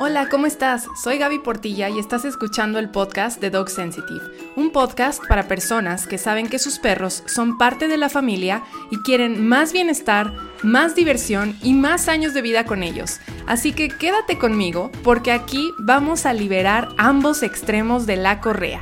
Hola, ¿cómo estás? Soy Gaby Portilla y estás escuchando el podcast de Dog Sensitive, un podcast para personas que saben que sus perros son parte de la familia y quieren más bienestar, más diversión y más años de vida con ellos. Así que quédate conmigo porque aquí vamos a liberar ambos extremos de la correa.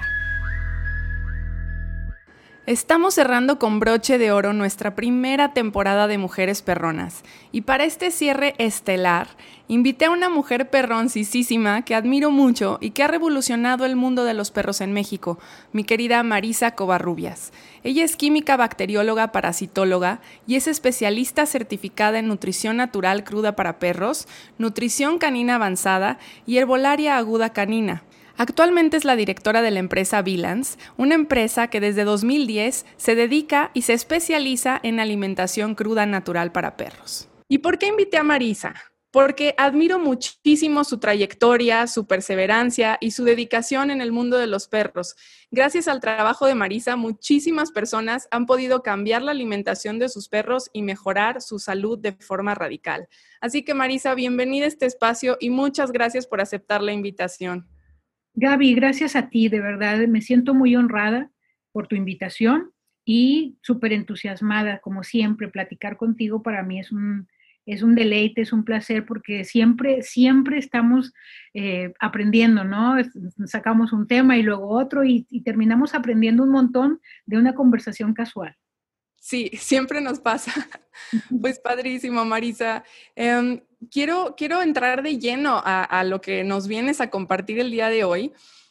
Estamos cerrando con broche de oro nuestra primera temporada de Mujeres Perronas y para este cierre estelar invité a una mujer perroncísima que admiro mucho y que ha revolucionado el mundo de los perros en México, mi querida Marisa Covarrubias. Ella es química bacterióloga parasitóloga y es especialista certificada en nutrición natural cruda para perros, nutrición canina avanzada y herbolaria aguda canina. Actualmente es la directora de la empresa Vylance, una empresa que desde 2010 se dedica y se especializa en alimentación cruda natural para perros. ¿Y por qué invité a Marisa? Porque admiro muchísimo su trayectoria, su perseverancia y su dedicación en el mundo de los perros. Gracias al trabajo de Marisa, muchísimas personas han podido cambiar la alimentación de sus perros y mejorar su salud de forma radical. Así que Marisa, bienvenida a este espacio y muchas gracias por aceptar la invitación. Gaby, gracias a ti, de verdad, me siento muy honrada por tu invitación y súper entusiasmada, como siempre, platicar contigo para mí es un deleite, es un placer, porque siempre estamos aprendiendo, ¿no? Sacamos un tema y luego otro y terminamos aprendiendo un montón de una conversación casual. Sí, siempre nos pasa. Pues padrísimo, Marisa. Quiero entrar de lleno a lo que nos vienes a compartir el día de hoy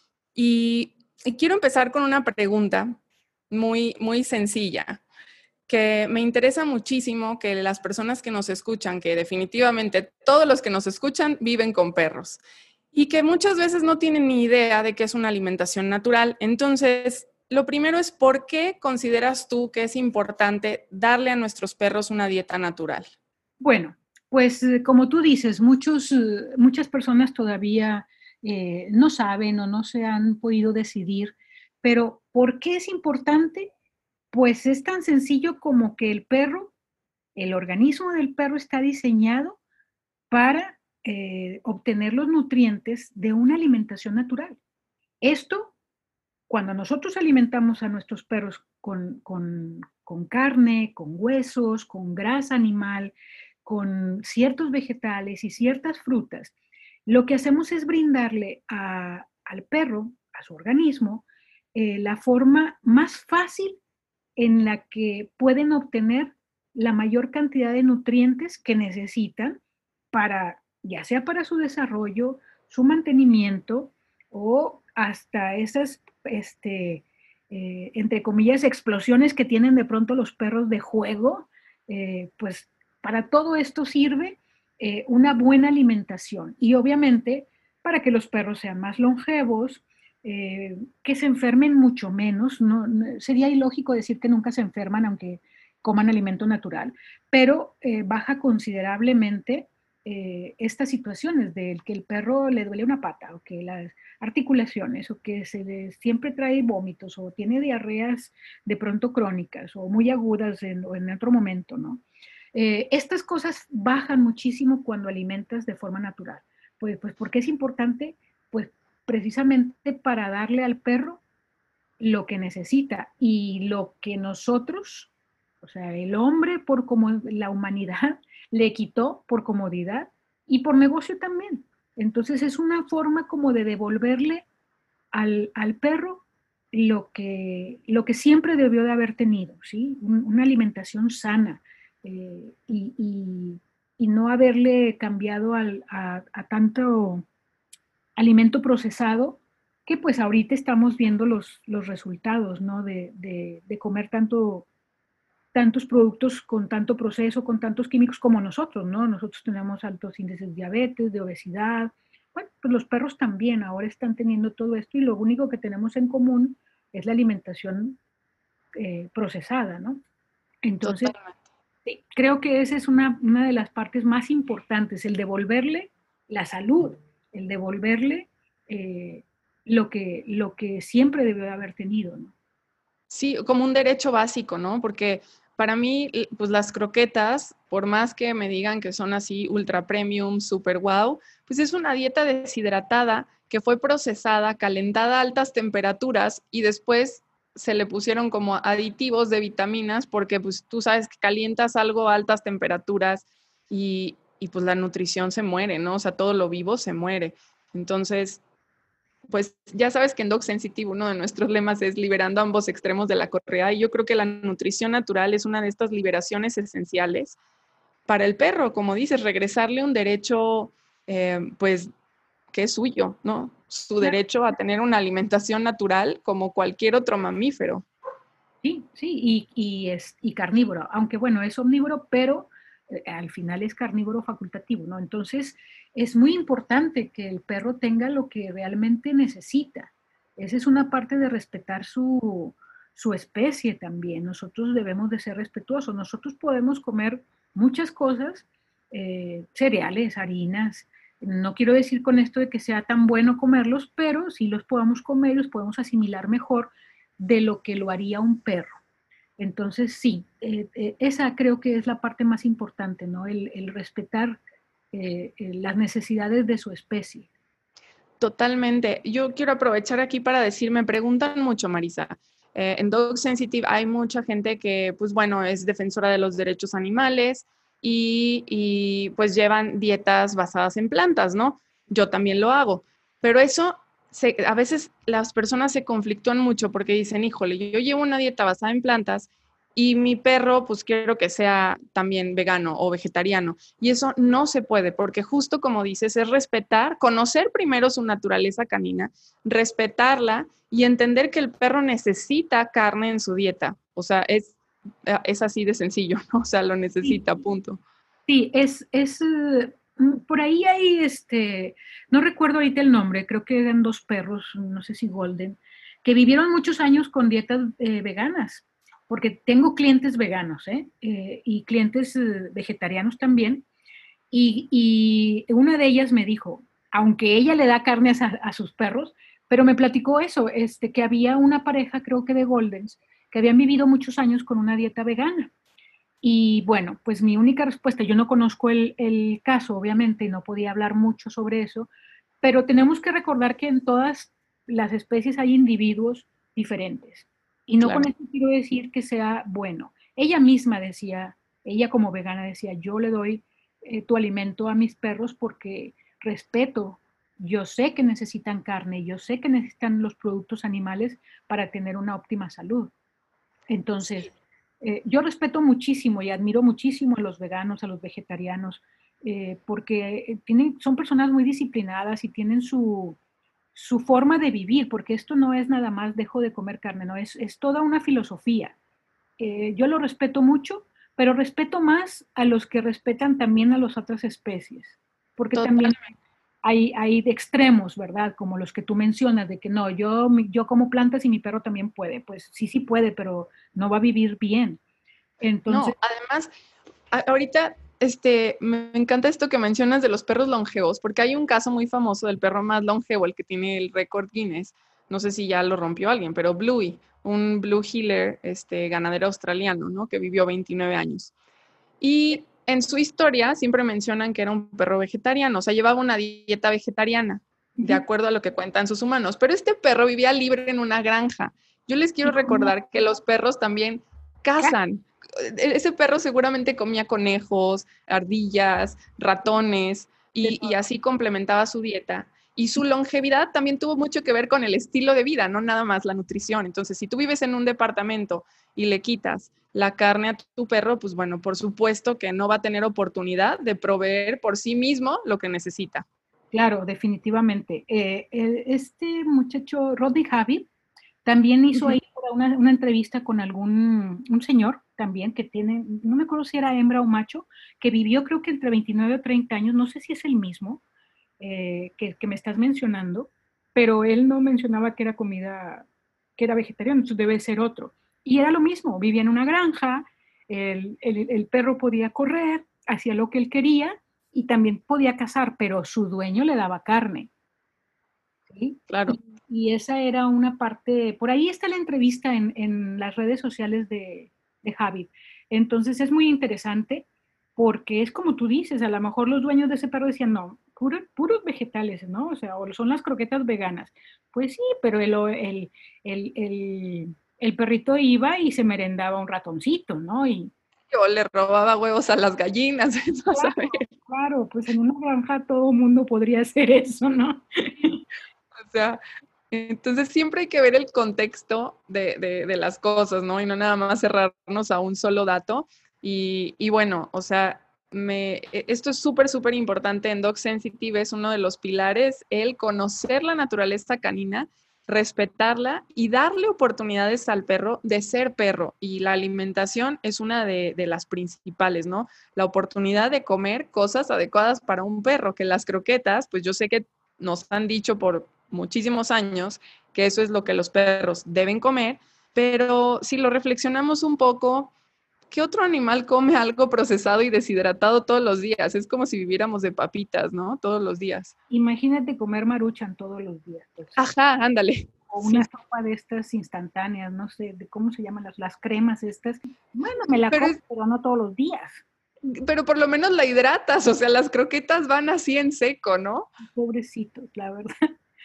y quiero empezar con una pregunta muy sencilla, que me interesa muchísimo que las personas que nos escuchan, que definitivamente todos los que nos escuchan viven con perros y que muchas veces no tienen ni idea de qué es una alimentación natural. Entonces, lo primero es, ¿por qué consideras tú que es importante darle a nuestros perros una dieta natural? Bueno, pues como tú dices, muchas personas todavía no saben o no se han podido decidir, pero ¿por qué es importante? Pues es tan sencillo como que el organismo del perro está diseñado para obtener los nutrientes de una alimentación natural. Esto, cuando nosotros alimentamos a nuestros perros con carne, con huesos, con grasa animal, con ciertos vegetales y ciertas frutas, lo que hacemos es brindarle al perro, a su organismo, la forma más fácil en la que pueden obtener la mayor cantidad de nutrientes que necesitan para, ya sea para su desarrollo, su mantenimiento o hasta esas, entre comillas, explosiones que tienen de pronto los perros de juego. Pues para todo esto sirve una buena alimentación y obviamente para que los perros sean más longevos, que se enfermen mucho menos. Sería ilógico decir que nunca se enferman aunque coman alimento natural, pero baja considerablemente estas situaciones de que el perro le duele una pata o que las articulaciones o que siempre trae vómitos o tiene diarreas de pronto crónicas o muy agudas o en otro momento, ¿no? Estas cosas bajan muchísimo cuando alimentas de forma natural. Pues porque es importante, pues precisamente para darle al perro lo que necesita y lo que nosotros, o sea, el hombre por como la humanidad le quitó por comodidad y por negocio también. Entonces es una forma como de devolverle al perro lo que siempre debió de haber tenido, ¿sí? Una alimentación sana y no haberle cambiado a tanto alimento procesado, que pues ahorita estamos viendo los resultados, ¿no? De comer tantos productos con tanto proceso, con tantos químicos como nosotros, ¿no? Nosotros tenemos altos índices de diabetes, de obesidad. Bueno, pues los perros también ahora están teniendo todo esto y lo único que tenemos en común es la alimentación procesada, ¿no? Entonces, Totalmente. sí, creo que esa es una de las partes más importantes, el devolverle la salud, el devolverle eh, lo que siempre debió de haber tenido, ¿no? Sí, como un derecho básico, ¿no? Porque para mí, pues las croquetas, por más que me digan que son así ultra premium, super wow, pues es una dieta deshidratada que fue procesada, calentada a altas temperaturas y después se le pusieron como aditivos de vitaminas porque pues tú sabes que calientas algo a altas temperaturas y pues la nutrición se muere, ¿no? O sea, todo lo vivo se muere. Entonces, pues ya sabes que en Dog Sensitive uno de nuestros lemas es liberando ambos extremos de la correa y yo creo que la nutrición natural es una de estas liberaciones esenciales para el perro, como dices, regresarle un derecho, pues, que es suyo, ¿no? Su Claro. derecho a tener una alimentación natural como cualquier otro mamífero. Sí, sí, y carnívoro, aunque bueno, es omnívoro, pero al final es carnívoro facultativo, ¿no? Entonces, es muy importante que el perro tenga lo que realmente necesita. Esa es una parte de respetar su especie también. Nosotros debemos de ser respetuosos. Nosotros podemos comer muchas cosas, cereales, harinas. No quiero decir con esto de que sea tan bueno comerlos, pero sí los podamos comer, los podemos asimilar mejor de lo que lo haría un perro. Entonces, sí, esa creo que es la parte más importante, ¿no? El respetar las necesidades de su especie. Totalmente. Yo quiero aprovechar aquí para decir, me preguntan mucho, Marisa. En Dog Sensitive hay mucha gente que, pues bueno, es defensora de los derechos animales y pues llevan dietas basadas en plantas, ¿no? Yo también lo hago. Pero eso, a veces las personas se conflictúan mucho porque dicen, híjole, yo llevo una dieta basada en plantas y mi perro, pues quiero que sea también vegano o vegetariano. Y eso no se puede, porque justo como dices, es respetar, conocer primero su naturaleza canina, respetarla y entender que el perro necesita carne en su dieta. O sea, es así de sencillo, ¿no? O sea, lo Sí, necesita, punto. sí, por ahí hay, no recuerdo ahorita el nombre, creo que eran dos perros, no sé si Golden, que vivieron muchos años con dietas veganas, porque tengo clientes veganos, y clientes vegetarianos también. Y una de ellas me dijo, aunque ella le da carne a sus perros, pero me platicó eso, que había una pareja, creo que de Goldens, que habían vivido muchos años con una dieta vegana. Y bueno, pues mi única respuesta, yo no conozco el caso, obviamente, y no podía hablar mucho sobre eso, pero tenemos que recordar que en todas las especies hay individuos diferentes. Y no con Claro. esto quiero decir que sea bueno. Ella misma decía, ella como vegana decía, yo le doy tu alimento a mis perros porque respeto, yo sé que necesitan carne, yo sé que necesitan los productos animales para tener una óptima salud. Entonces, yo respeto muchísimo y admiro muchísimo a los veganos, a los vegetarianos, porque son personas muy disciplinadas y tienen su forma de vivir, porque esto no es nada más dejo de comer carne, no, es toda una filosofía. Yo lo respeto mucho, pero respeto más a los que respetan también a las otras especies, porque también Total. hay de extremos, ¿verdad? Como los que tú mencionas, de que no, yo como plantas y mi perro también puede. Pues sí, sí puede, pero no va a vivir bien. Entonces, No, además, ahorita, me encanta esto que mencionas de los perros longevos, porque hay un caso muy famoso del perro más longevo, el que tiene el récord Guinness. No sé si ya lo rompió alguien, pero Bluey, un Blue Heeler, ganadero australiano, ¿no? Que vivió 29 años. Y en su historia siempre mencionan que era un perro vegetariano, o sea, llevaba una dieta vegetariana, de ujú, acuerdo a lo que cuentan sus humanos. Pero este perro vivía libre en una granja. Yo les quiero y como recordar que los perros también cazan. Ese perro seguramente comía conejos, ardillas, ratones de y todo. así complementaba su dieta. Y su longevidad también tuvo mucho que ver con el estilo de vida, no nada más la nutrición. Entonces, si tú vives en un departamento y le quitas la carne a tu perro, pues bueno, por supuesto que no va a tener oportunidad de proveer por sí mismo lo que necesita. Claro, definitivamente. Este muchacho, Rodney Javid, también hizo Ujú. ahí una entrevista con un señor también que tiene, no me acuerdo si era hembra o macho, que vivió creo que entre 29 o 30 años, no sé si es el mismo que me estás mencionando, pero él no mencionaba que era comida, que era vegetariano, entonces debe ser otro. Y era lo mismo, vivía en una granja, el perro podía correr, hacía lo que él quería y también podía cazar, pero su dueño le daba carne. ¿Sí? Claro. Y esa era una parte, por ahí está la entrevista en las redes sociales de Javi. Entonces es muy interesante porque es como tú dices, a lo mejor los dueños de ese perro decían, no, puros vegetales, ¿no? O sea, o son las croquetas veganas. Pues sí, pero el perrito iba y se merendaba un ratoncito, ¿no? Y O le robaba huevos a las gallinas, eso a saber. claro, pues en una granja todo mundo podría hacer eso, ¿no? O sea, entonces siempre hay que ver el contexto de las cosas, ¿no? Y no nada más cerrarnos a un solo dato. Y bueno, o sea, esto es súper, súper importante en Dog Sensitive, es uno de los pilares, el conocer la naturaleza canina, respetarla y darle oportunidades al perro de ser perro. Y la alimentación es una de las principales, ¿no? La oportunidad de comer cosas adecuadas para un perro, que las croquetas, pues yo sé que nos han dicho por muchísimos años que eso es lo que los perros deben comer, pero si lo reflexionamos un poco, ¿qué otro animal come algo procesado y deshidratado todos los días? Es como si viviéramos de papitas, ¿no? Todos los días. Imagínate comer maruchan todos los días, pues. Ajá, ándale. O Sí, una sopa de estas instantáneas, no sé, de cómo se llaman las cremas estas. Bueno, me la pero, como, pero no todos los días. pero por lo menos la hidratas, o sea, las croquetas van así en seco, ¿no? Pobrecitos, la verdad.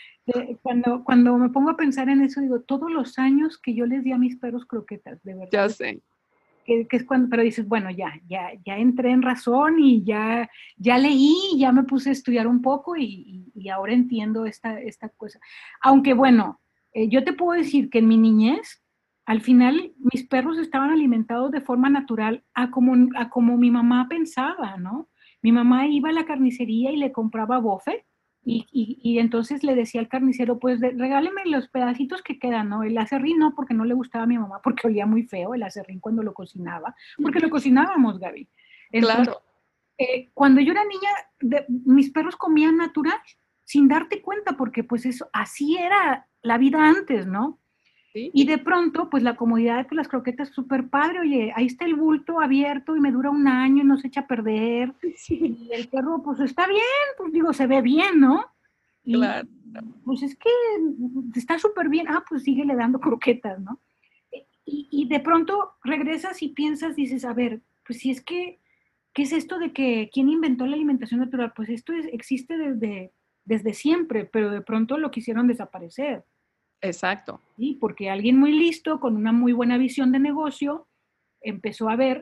Cuando me pongo a pensar en eso, digo, todos los años que yo les di a mis perros croquetas, de verdad, Ya sé. que es cuando, pero dices, bueno, ya entré en razón y ya leí, ya me puse a estudiar un poco y ahora entiendo esta cosa. Aunque bueno, yo te puedo decir que en mi niñez, al final mis perros estaban alimentados de forma natural a como mi mamá pensaba, ¿no? Mi mamá iba a la carnicería y le compraba bofe y entonces le decía al carnicero, pues regáleme los pedacitos que quedan, ¿no? El acerrín no, porque no le gustaba a mi mamá, porque olía muy feo el acerrín cuando lo cocinaba, porque lo cocinábamos, Gaby. Entonces, Claro. cuando yo era niña, mis perros comían natural, sin darte cuenta, porque pues eso, así era la vida antes, ¿no? Sí, Y de pronto, pues la comodidad de las croquetas, súper padre, oye, ahí está el bulto abierto y me dura un año y no se echa a perder. sí, Y el perro, pues está bien, pues digo, se ve bien, ¿no? Y claro. pues es que está súper bien, pues síguele dando croquetas, ¿no? Y de pronto regresas y piensas, dices, a ver, pues si es que, ¿qué es esto de que quién inventó la alimentación natural? Pues esto existe desde siempre, pero de pronto lo quisieron desaparecer. Exacto. ¿Sí? Porque alguien muy listo, con una muy buena visión de negocio, empezó a ver,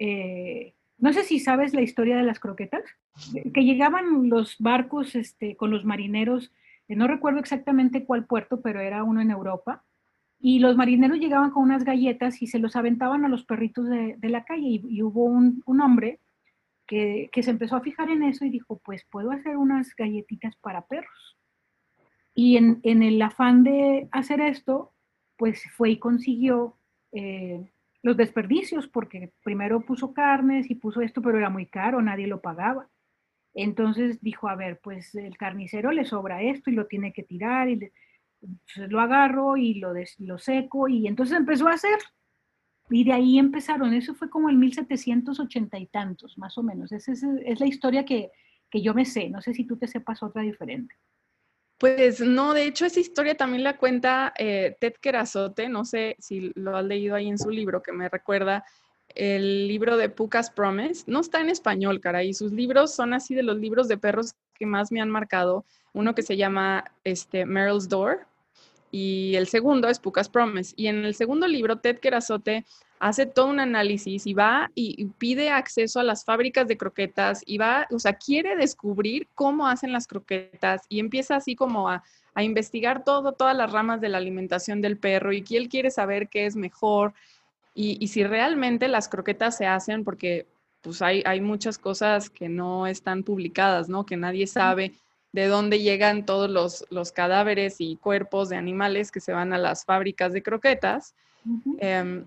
no sé si sabes la historia de las croquetas, que llegaban los barcos con los marineros, no recuerdo exactamente cuál puerto, pero era uno en Europa, y los marineros llegaban con unas galletas y se los aventaban a los perritos de la calle, y hubo un hombre que se empezó a fijar en eso y dijo, pues puedo hacer unas galletitas para perros. Y en el afán de hacer esto, pues fue y consiguió los desperdicios, porque primero puso carnes y puso esto, pero era muy caro, nadie lo pagaba. Entonces dijo, a ver, pues el carnicero le sobra esto y lo tiene que tirar, entonces lo agarro y lo seco, y entonces empezó a hacer, y de ahí empezaron, eso fue como en 1780 y tantos, más o menos. Esa es la historia que yo me sé, no sé si tú te sepas otra diferente. Pues no, de hecho esa historia también la cuenta Ted Kerasote, no sé si lo has leído ahí en su libro, que me recuerda el libro de Puka's Promise. No está en español, caray, sus libros son así de los libros de perros que más me han marcado. Uno que se llama Meryl's Door, y el segundo es Puka's Promise. Y en el segundo libro, Ted Kerasote hace todo un análisis y va y pide acceso a las fábricas de croquetas y va, o sea, quiere descubrir cómo hacen las croquetas y empieza así como a investigar todas las ramas de la alimentación del perro y que él quiere saber qué es mejor y si realmente las croquetas se hacen porque pues hay muchas cosas que no están publicadas, ¿no? Que nadie sabe de dónde llegan todos los cadáveres y cuerpos de animales que se van a las fábricas de croquetas. Ujú.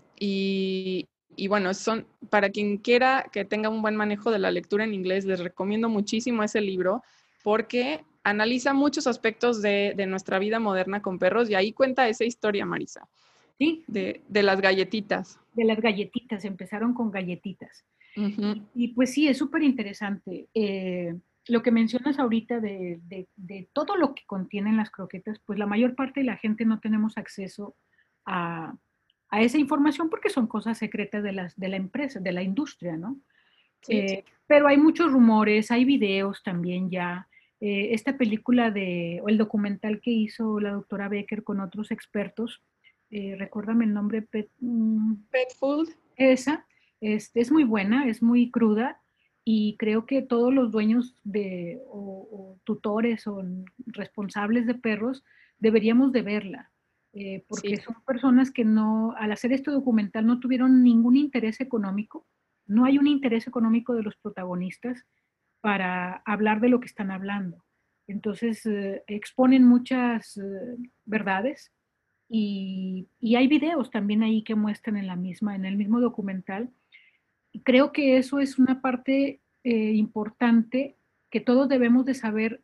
Y bueno, son para quien quiera que tenga un buen manejo de la lectura en inglés, les recomiendo muchísimo ese libro porque analiza muchos aspectos de nuestra vida moderna con perros y ahí cuenta esa historia, Marisa, Sí, de las galletitas. de las galletitas, empezaron con galletitas. Ujú. Y pues sí, es súper interesante. Lo que mencionas ahorita de todo lo que contienen las croquetas, pues la mayor parte de la gente no tenemos acceso a, a esa información porque son cosas secretas de la empresa, de la industria, ¿no? Sí. Pero hay muchos rumores, hay videos también ya. Esta película o el documental que hizo la doctora Becker con otros expertos, recuérdame el nombre, Pet food. esa, es muy buena, es muy cruda y creo que todos los dueños o tutores o responsables de perros deberíamos de verla, Sí. porque son personas que no, al hacer este documental no tuvieron ningún interés económico, no hay un interés económico de los protagonistas para hablar de lo que están hablando. Entonces, exponen muchas verdades y hay videos también ahí que muestran en el mismo documental. Y creo que eso es una parte importante que todos debemos de saber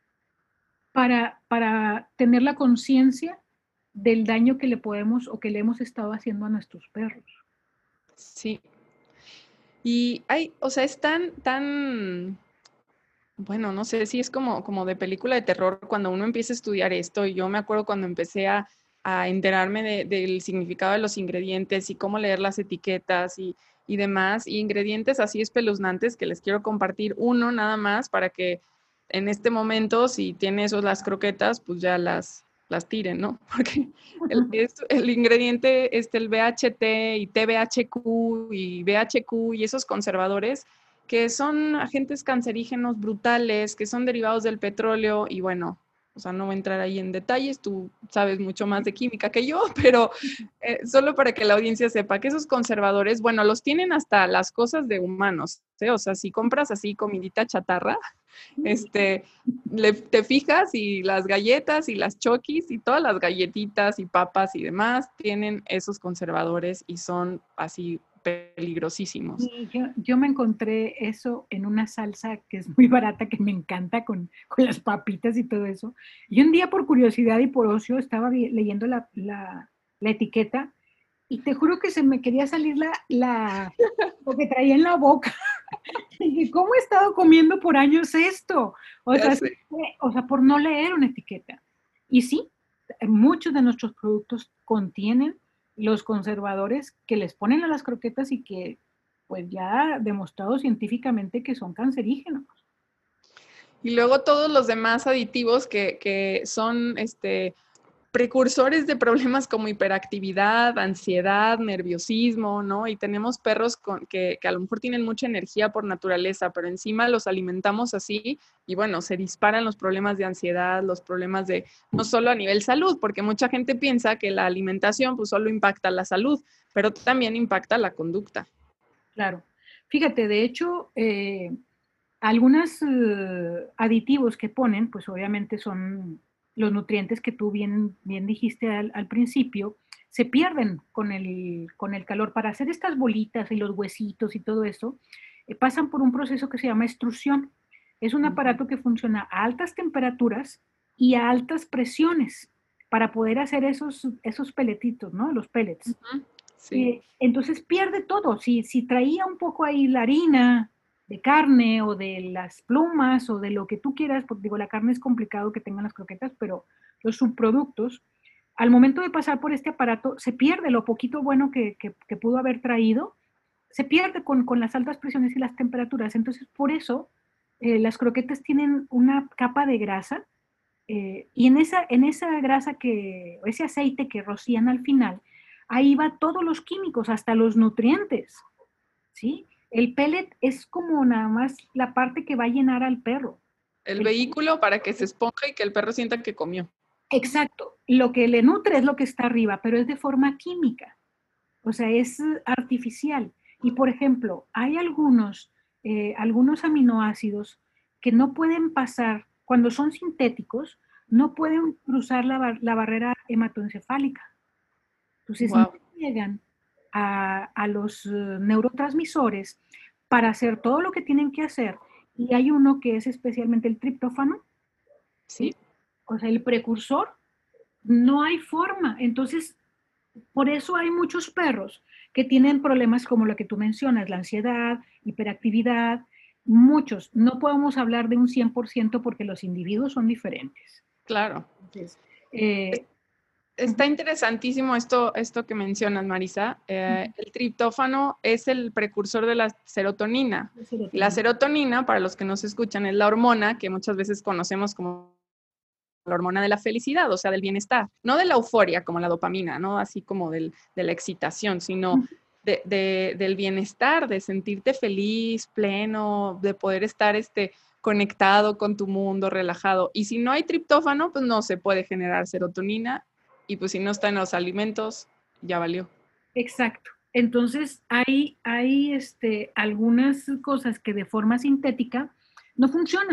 para tener la conciencia del daño que le podemos o que le hemos estado haciendo a nuestros perros. Sí. Y hay, o sea, es tan, bueno, no sé si es como de película de terror cuando uno empieza a estudiar esto. Y yo me acuerdo cuando empecé a enterarme del significado de los ingredientes y cómo leer las etiquetas y demás. Y ingredientes así espeluznantes que les quiero compartir uno nada más para que en este momento, si tiene esos las croquetas, pues ya las tiren, ¿no? Porque el ingrediente, el BHT y TBHQ y BHQ y esos conservadores que son agentes cancerígenos brutales, que son derivados del petróleo y bueno, o sea, no voy a entrar ahí en detalles, tú sabes mucho más de química que yo, pero solo para que la audiencia sepa que esos conservadores, bueno, los tienen hasta las cosas de humanos, ¿sí? O sea, si compras así comidita chatarra, te fijas y las galletas y las chokis y todas las galletitas y papas y demás tienen esos conservadores y son así peligrosísimos. Y yo me encontré eso en una salsa que es muy barata, que me encanta con las papitas y todo eso. Y un día por curiosidad y por ocio estaba leyendo la etiqueta y te juro que se me quería salir lo que traía en la boca. Y dije, ¿cómo he estado comiendo por años esto? O Ya sea, sé. por no leer una etiqueta. Y sí, muchos de nuestros productos contienen los conservadores que les ponen a las croquetas y que pues ya demostrado científicamente que son cancerígenos. Y luego todos los demás aditivos que son precursores de problemas como hiperactividad, ansiedad, nerviosismo, ¿no? Y tenemos perros que a lo mejor tienen mucha energía por naturaleza, pero encima los alimentamos así y bueno, se disparan los problemas de ansiedad, los problemas de, no solo a nivel salud, porque mucha gente piensa que la alimentación pues solo impacta la salud, pero también impacta la conducta. Claro. Fíjate, de hecho, algunos aditivos que ponen, pues obviamente son los nutrientes que tú bien dijiste al principio, se pierden con el calor. Para hacer estas bolitas y los huesitos y todo eso, pasan por un proceso que se llama extrusión. Es un aparato que funciona a altas temperaturas y a altas presiones para poder hacer esos peletitos, ¿no? Los pellets. Sí. Entonces pierde todo. Si traía un poco ahí la harina de carne o de las plumas o de lo que tú quieras, porque digo, la carne es complicado que tengan las croquetas, pero los subproductos, al momento de pasar por este aparato, se pierde lo poquito bueno que pudo haber traído, se pierde con las altas presiones y las temperaturas. Entonces, por eso las croquetas tienen una capa de grasa y en esa grasa ese aceite que rocían al final, ahí va todos los químicos, hasta los nutrientes, ¿sí? El pellet es como nada más la parte que va a llenar al perro. El El, vehículo para que se esponja y que el perro sienta que comió. exacto, lo que le nutre es lo que está arriba, pero es de forma química, o sea, es artificial. Y por ejemplo, hay algunos aminoácidos que no pueden pasar, cuando son sintéticos, no pueden cruzar la barrera hematoencefálica. Entonces, no Wow. llegan a los neurotransmisores para hacer todo lo que tienen que hacer. Y hay uno que es especialmente el triptófano, Sí. ¿sí? O sea, el precursor, no hay forma. Entonces, por eso hay muchos perros que tienen problemas como lo que tú mencionas, la ansiedad, hiperactividad, muchos. No podemos hablar de un 100% porque los individuos son diferentes. Claro. Entonces, eh, Está interesantísimo esto que mencionas, Marisa. El triptófano es el precursor de la serotonina. Y la serotonina, para los que nos escuchan, es la hormona que muchas veces conocemos como la hormona de la felicidad, o sea, del bienestar. No de la euforia, como la dopamina, ¿no? Así como de la excitación, sino del bienestar, de sentirte feliz, pleno, de poder estar conectado con tu mundo, relajado. Y si no hay triptófano, pues no se puede generar serotonina. Y pues si no está en los alimentos, ya valió. Exacto. Entonces, hay algunas cosas que de forma sintética no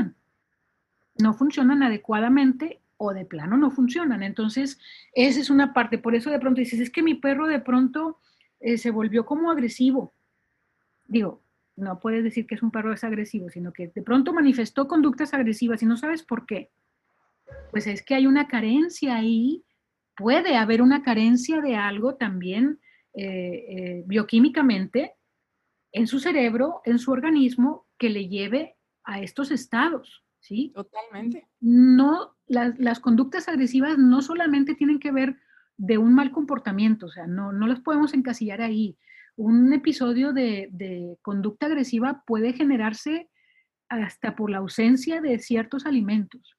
funcionan adecuadamente o de plano no funcionan. Entonces, esa es una parte. Por eso de pronto dices, es que mi perro de pronto se volvió como agresivo. Digo, no puedes decir que es un perro desagresivo, sino que de pronto manifestó conductas agresivas y no sabes por qué. Pues es que hay una carencia ahí, puede haber una carencia de algo también bioquímicamente en su cerebro, en su organismo, que le lleve a estos estados, ¿sí? Totalmente. No, las conductas agresivas no solamente tienen que ver de un mal comportamiento, o sea, no las podemos encasillar ahí. Un episodio de conducta agresiva puede generarse hasta por la ausencia de ciertos alimentos.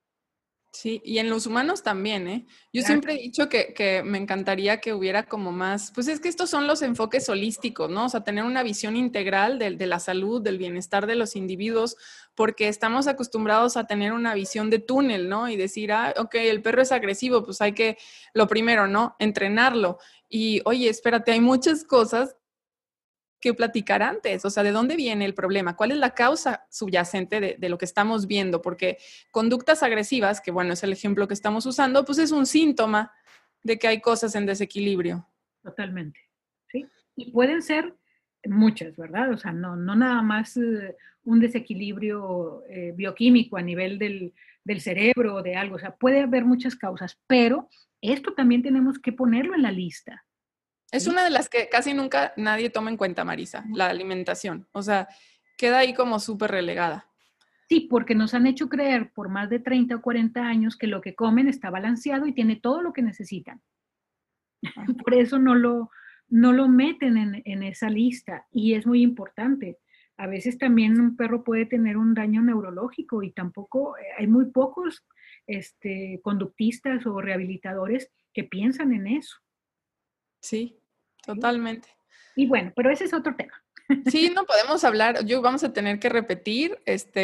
Sí, y en los humanos también, ¿eh? Yo Claro. siempre he dicho que me encantaría que hubiera como más, pues es que estos son los enfoques holísticos, ¿no? O sea, tener una visión integral de la salud, del bienestar de los individuos, porque estamos acostumbrados a tener una visión de túnel, ¿no? Y decir, ah, ok, el perro es agresivo, pues hay que, lo primero, ¿no? Entrenarlo. Y, oye, espérate, hay muchas cosas que platicar antes, o sea, ¿de dónde viene el problema? ¿Cuál es la causa subyacente de lo que estamos viendo? Porque conductas agresivas, que bueno, es el ejemplo que estamos usando, pues es un síntoma de que hay cosas en desequilibrio. Totalmente, ¿sí? Y pueden ser muchas, ¿verdad? O sea, no nada más un desequilibrio bioquímico a nivel del cerebro o de algo, o sea, puede haber muchas causas, pero esto también tenemos que ponerlo en la lista, Es ¿sí? una de las que casi nunca nadie toma en cuenta, Marisa, la alimentación. O sea, queda ahí como súper relegada. Sí, porque nos han hecho creer por más de 30 o 40 años que lo que comen está balanceado y tiene todo lo que necesitan. Por eso no lo meten en esa lista y es muy importante. A veces también un perro puede tener un daño neurológico y tampoco hay muy pocos conductistas o rehabilitadores que piensan en eso. Sí, ¿Sí? totalmente. Y bueno, pero ese es otro tema. Sí, no podemos hablar, yo vamos a tener que repetir,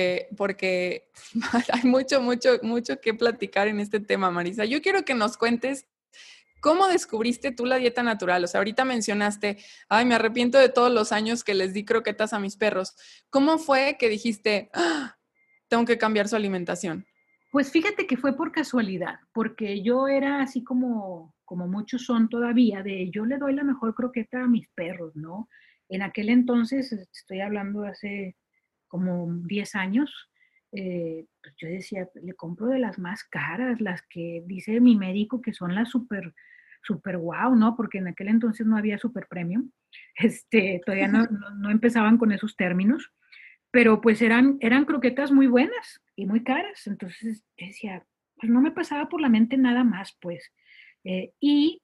porque hay mucho que platicar en este tema, Marisa. Yo quiero que nos cuentes cómo descubriste tú la dieta natural. O sea, ahorita mencionaste, ay, me arrepiento de todos los años que les di croquetas a mis perros. ¿Cómo fue que dijiste, "Ah, tengo que cambiar su alimentación"? Pues fíjate que fue por casualidad, porque yo era así como muchos son todavía, de yo le doy la mejor croqueta a mis perros, ¿no? En aquel entonces, estoy hablando de hace como 10 años, pues yo decía, le compro de las más caras, las que dice mi médico que son las super wow, ¿no? Porque en aquel entonces no había super premium, todavía no empezaban con esos términos, pero pues eran croquetas muy buenas y muy caras. Entonces decía, pues no me pasaba por la mente nada más, pues. Y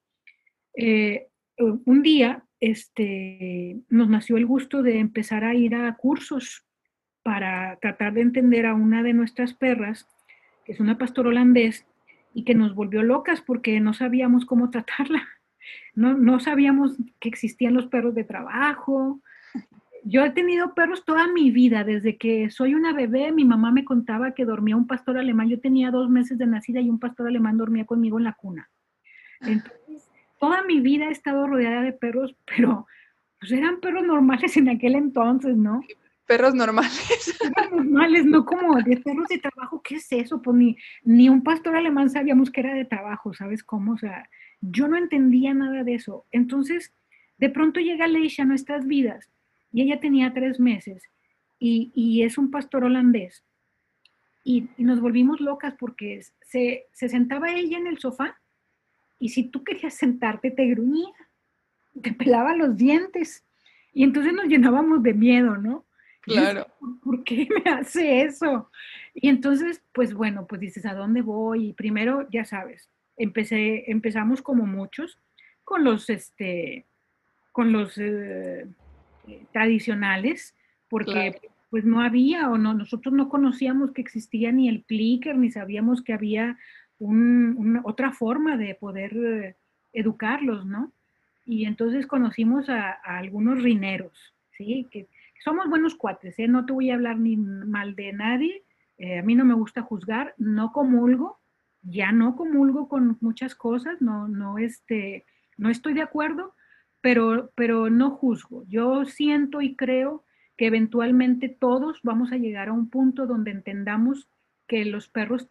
un día nos nació el gusto de empezar a ir a cursos para tratar de entender a una de nuestras perras, que es una pastor holandés, y que nos volvió locas porque no sabíamos cómo tratarla. No sabíamos que existían los perros de trabajo, yo he tenido perros toda mi vida, desde que soy una bebé, mi mamá me contaba que dormía un pastor alemán, yo tenía 2 meses de nacida y un pastor alemán dormía conmigo en la cuna. Entonces, toda mi vida he estado rodeada de perros, pero pues eran perros normales en aquel entonces, ¿no? Perros normales. Perros normales, no como de perros de trabajo, ¿qué es eso? Pues ni un pastor alemán sabíamos que era de trabajo, ¿sabes cómo? O sea, yo no entendía nada de eso. Entonces, de pronto llega Leisha a nuestras vidas y ella tenía 3 meses y es un pastor holandés y nos volvimos locas porque se sentaba ella en el sofá y si tú querías sentarte te gruñía, te pelaba los dientes y entonces nos llenábamos de miedo, ¿no? Y yo decía, Claro. ¿por qué me hace eso? Y entonces, pues bueno, pues dices, ¿a dónde voy? Y primero, ya sabes, empezamos como muchos con los tradicionales, Claro. porque pues no había o no, nosotros no conocíamos que existía ni el clicker, ni sabíamos que había otra forma de poder educarlos, ¿no? Y entonces conocimos a algunos rineros, ¿sí? Que somos buenos cuates, ¿eh? No te voy a hablar ni mal de nadie, a mí no me gusta juzgar, no comulgo, ya no comulgo con muchas cosas, no estoy de acuerdo, pero no juzgo. Yo siento y creo que eventualmente todos vamos a llegar a un punto donde entendamos que los perros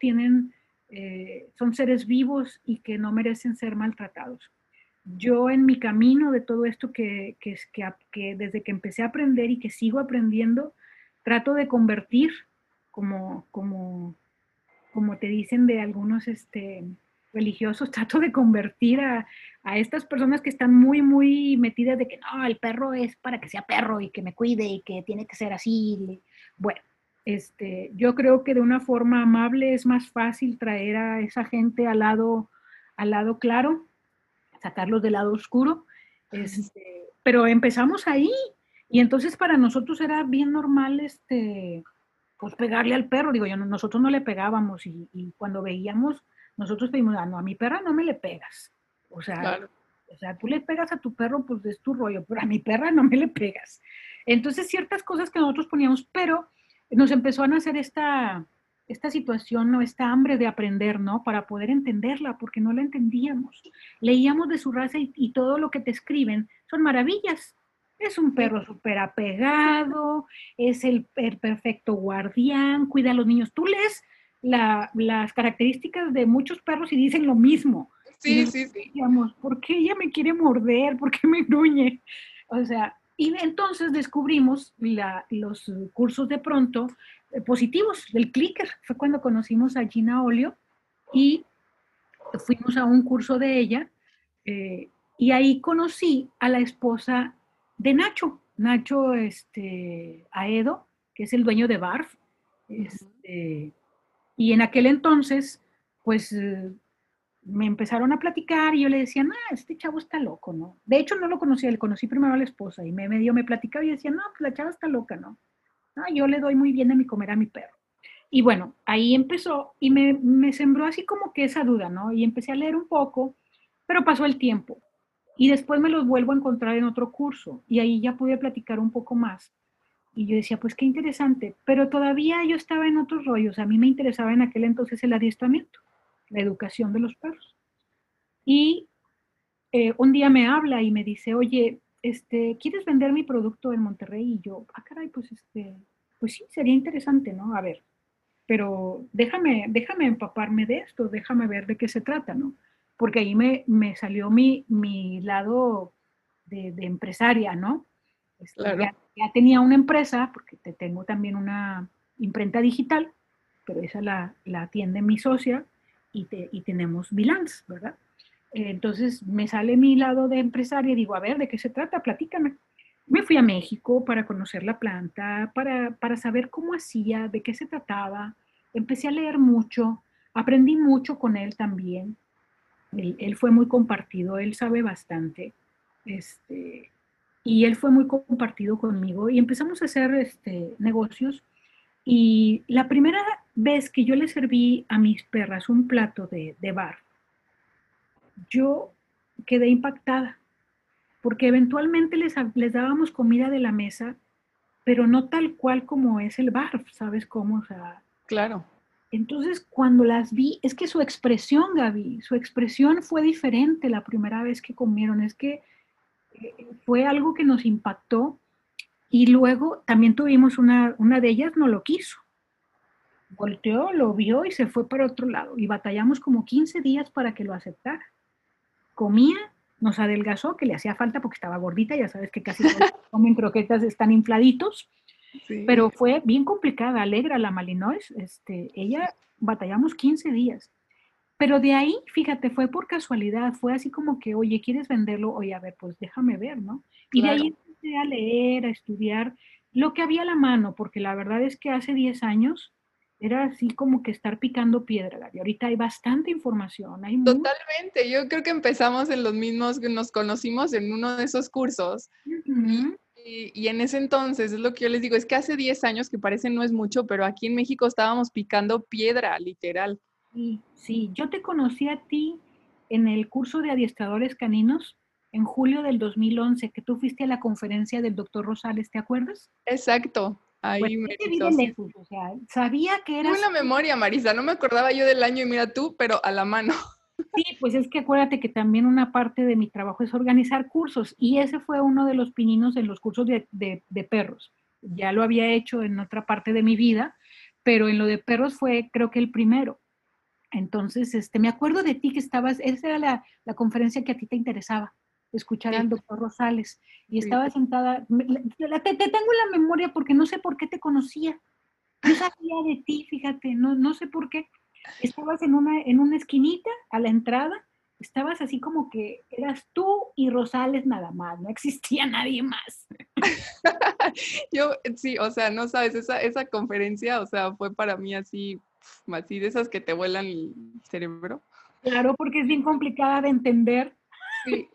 son seres vivos y que no merecen ser maltratados. Yo en mi camino de todo esto que desde que empecé a aprender y que sigo aprendiendo, trato de convertir, como, como, como te dicen de algunos religiosos, trato de convertir a estas personas que están muy, muy metidas de que no, el perro es para que sea perro y que me cuide y que tiene que ser así. Bueno, yo creo que de una forma amable es más fácil traer a esa gente al lado claro, sacarlos del lado oscuro. Pero empezamos ahí y entonces para nosotros era bien normal pues pegarle al perro. Digo, nosotros no le pegábamos y cuando veíamos, nosotros pedimos, no, a mi perra no me le pegas. O sea, Claro. o sea, tú le pegas a tu perro, pues es tu rollo, pero a mi perra no me le pegas. Entonces, ciertas cosas que nosotros poníamos, pero nos empezó a nacer esta situación o esta hambre de aprender, ¿no? Para poder entenderla, porque no la entendíamos. Leíamos de su raza y todo lo que te escriben son maravillas. Es un Sí, perro súper apegado, es el perfecto guardián, cuida a los niños. Tú lees las características de muchos perros y dicen lo mismo. Y sí, nosotros sí, sí. decíamos, ¿por qué ella me quiere morder? ¿Por qué me gruñe? O sea, y entonces descubrimos los cursos de pronto positivos del clicker. Fue cuando conocimos a Gina Olio y fuimos a un curso de ella eh, y ahí conocí a la esposa de Nacho Aedo, que es el dueño de Barf. Ujú. Y en aquel entonces, pues me empezaron a platicar y yo le decía, no, este chavo está loco, ¿no? De hecho, no lo conocía, le conocí primero a la esposa y me platicaba y decía, no, pues la chava está loca, ¿no? No, yo le doy muy bien de mi comer a mi perro. Y bueno, ahí empezó y me sembró así como que esa duda, ¿no? Y empecé a leer un poco, pero pasó el tiempo. Y después me los vuelvo a encontrar en otro curso y ahí ya pude platicar un poco más. Y yo decía, pues qué interesante, pero todavía yo estaba en otros rollos. A mí me interesaba en aquel entonces el adiestramiento, la educación de los perros. Y un día me habla y me dice, oye, ¿quieres vender mi producto en Monterrey? Y yo, caray, pues pues sí, sería interesante, ¿no? A ver, pero déjame empaparme de esto, déjame ver de qué se trata, ¿no? Porque ahí me salió mi lado de empresaria, ¿no? Claro. Ya tenía una empresa, porque tengo también una imprenta digital, pero esa la atiende mi socia y tenemos Vilans, ¿verdad? Entonces me sale mi lado de empresaria y digo, a ver, ¿de qué se trata? Platícame. Me fui a México para conocer la planta, para saber cómo hacía, de qué se trataba. Empecé a leer mucho, aprendí mucho con él también. Él fue muy compartido, él sabe bastante. Este, y él fue muy compartido conmigo y empezamos a hacer negocios. Y la primera vez que yo le serví a mis perras un plato de bar, yo quedé impactada, porque eventualmente les dábamos comida de la mesa, pero no tal cual como es el bar, ¿sabes cómo? O sea, Claro. entonces cuando las vi, es que su expresión, Gaby, su expresión fue diferente la primera vez que comieron, es que fue algo que nos impactó y luego también tuvimos una de ellas, no lo quiso. Volteó, lo vio y se fue para otro lado. Y batallamos como 15 días para que lo aceptara. Comía, nos adelgazó, que le hacía falta porque estaba gordita, ya sabes que casi todos los que comen croquetas están infladitos, Sí. pero fue bien complicada, Alegra, la Malinois, ella batallamos 15 días. Pero de ahí, fíjate, fue por casualidad, fue así como que, oye, ¿quieres venderlo? Oye, a ver, pues déjame ver, ¿no? Y de Claro. ahí empecé a leer, a estudiar lo que había a la mano, porque la verdad es que hace 10 años era así como que estar picando piedra, Gaby. Ahorita hay bastante información, hay mucho. Totalmente, yo creo que empezamos en los mismos, que nos conocimos en uno de esos cursos y, Ujú. y en ese entonces, es lo que yo les digo, es que hace 10 años, que parece no es mucho, pero aquí en México estábamos picando piedra, literal. Sí, sí, yo te conocí a ti en el curso de adiestradores caninos en julio del 2011, que tú fuiste a la conferencia del doctor Rosales, ¿te acuerdas? Exacto, Bueno, ahí yo te vi de meritos. lejos, o sea, sabía que Qué eras. buena memoria, Marisa, no me acordaba yo del año y mira tú, pero a la mano. Sí, pues es que acuérdate que también una parte de mi trabajo es organizar cursos y ese fue uno de los pininos en los cursos de perros. Ya lo había hecho en otra parte de mi vida, pero en lo de perros fue creo que el primero. Entonces, me acuerdo de ti que estabas, esa era la conferencia que a ti te interesaba, escuchar Sí, al doctor Rosales y sí, estaba sentada, te tengo en la memoria porque no sé por qué te conocía. Yo sabía de ti, fíjate, no sé por qué. Estabas en una esquinita a la entrada, estabas así como que eras tú y Rosales nada más, no existía nadie más. yo sí, o sea, no sabes, esa conferencia, o sea, fue para mí así, así de esas que te vuelan el cerebro. Claro, porque es bien complicada de entender. Sí,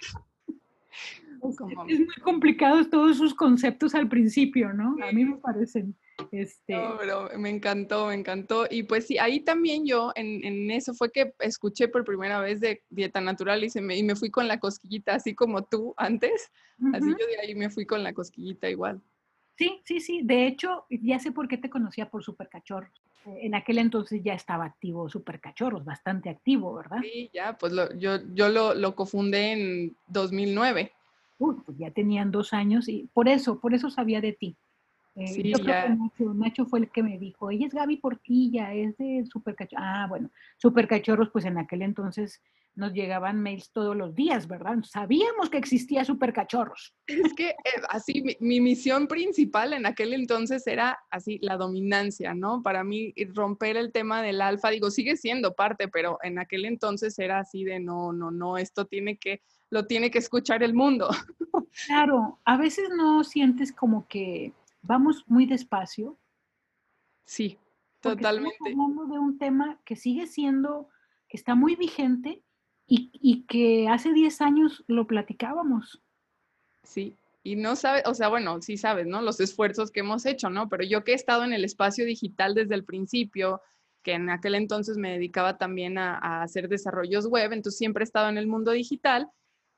como, Es muy complicados todos sus conceptos al principio, ¿no? A mí me parecen, no, pero me encantó, me encantó. Y pues sí, ahí también yo, en eso fue que escuché por primera vez de dieta natural y me fui con la cosquillita, así como tú antes. Así ujú. yo de ahí me fui con la cosquillita igual. Sí, sí, sí. De hecho, ya sé por qué te conocía por Supercachorros. En aquel entonces ya estaba activo Supercachorros, bastante activo, ¿verdad? Sí, ya, pues yo lo cofundé en 2009. Uy, pues ya tenían 2 años y por eso sabía de ti. Yo Sí, creo que ya. Nacho fue el que me dijo, ella es Gaby Portilla, es de Supercachorros. Ah, bueno, Supercachorros, pues en aquel entonces nos llegaban mails todos los días, ¿verdad? Sabíamos que existía Supercachorros. Es que así mi misión principal en aquel entonces era así la dominancia, ¿no? Para mí romper el tema del alfa, digo, sigue siendo parte, pero en aquel entonces era así de no, no, no, esto lo tiene que escuchar el mundo. Claro, a veces no sientes como que vamos muy despacio, Sí, porque estamos totalmente. hablando de un tema que sigue siendo, que está muy vigente y que hace 10 años lo platicábamos. Sí. Y no sabes, o sea, bueno, sí sabes, ¿no? Los esfuerzos que hemos hecho, ¿no? Pero yo que he estado en el espacio digital desde el principio, que en aquel entonces me dedicaba también a hacer desarrollos web, entonces siempre he estado en el mundo digital.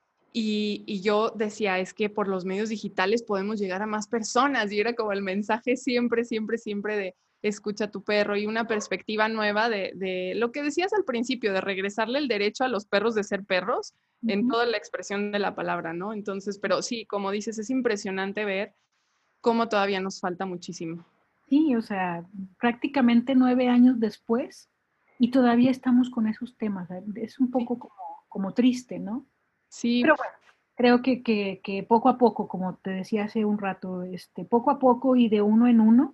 Y yo decía, es que por los medios digitales podemos llegar a más personas. Y era como el mensaje siempre, siempre, siempre de escucha a tu perro y una perspectiva nueva de lo que decías al principio, de regresarle el derecho a los perros de ser perros en Ujú. toda la expresión de la palabra, ¿no? Entonces, pero sí, como dices, es impresionante ver cómo todavía nos falta muchísimo. Sí, o sea, prácticamente 9 años después y todavía estamos con esos temas. Es un Sí, poco como triste, ¿no? sí, Pero bueno, creo que poco a poco, como te decía hace un rato, poco a poco y de uno en uno,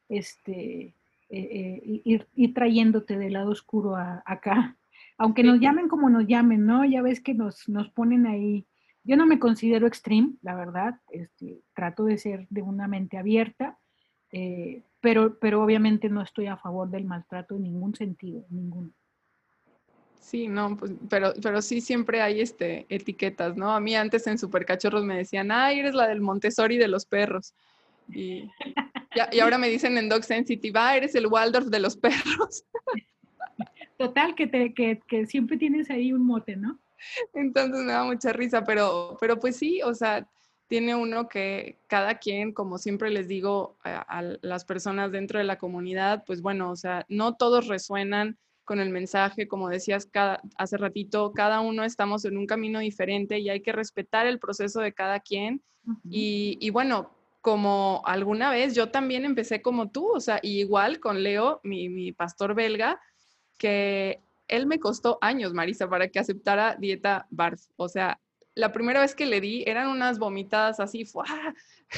ir trayéndote del lado oscuro acá. Aunque sí. nos llamen como nos llamen, ¿no? Ya ves que nos ponen ahí. Yo no me considero extreme, la verdad. Trato de ser de una mente abierta, pero obviamente no estoy a favor del maltrato en ningún sentido, en ninguno. Sí, no, pues, pero sí siempre hay etiquetas, ¿no? A mí antes en Supercachorros me decían, ay, eres la del Montessori de los perros. Y, y ahora me dicen en Dog Sensitive, ah, eres el Waldorf de los perros. Total, que siempre tienes ahí un mote, ¿no? Entonces me da mucha risa, pero pues sí, o sea, tiene uno que cada quien, como siempre les digo a las personas dentro de la comunidad, pues bueno, o sea, no todos resuenan con el mensaje, como decías hace ratito, cada uno estamos en un camino diferente y hay que respetar el proceso de cada quien. Ujú. Y bueno, como alguna vez yo también empecé como tú, o sea, igual con Leo, mi pastor belga, que él me costó años, Marisa, para que aceptara dieta BARF. O sea, la primera vez que le di eran unas vomitadas así, ¡fua!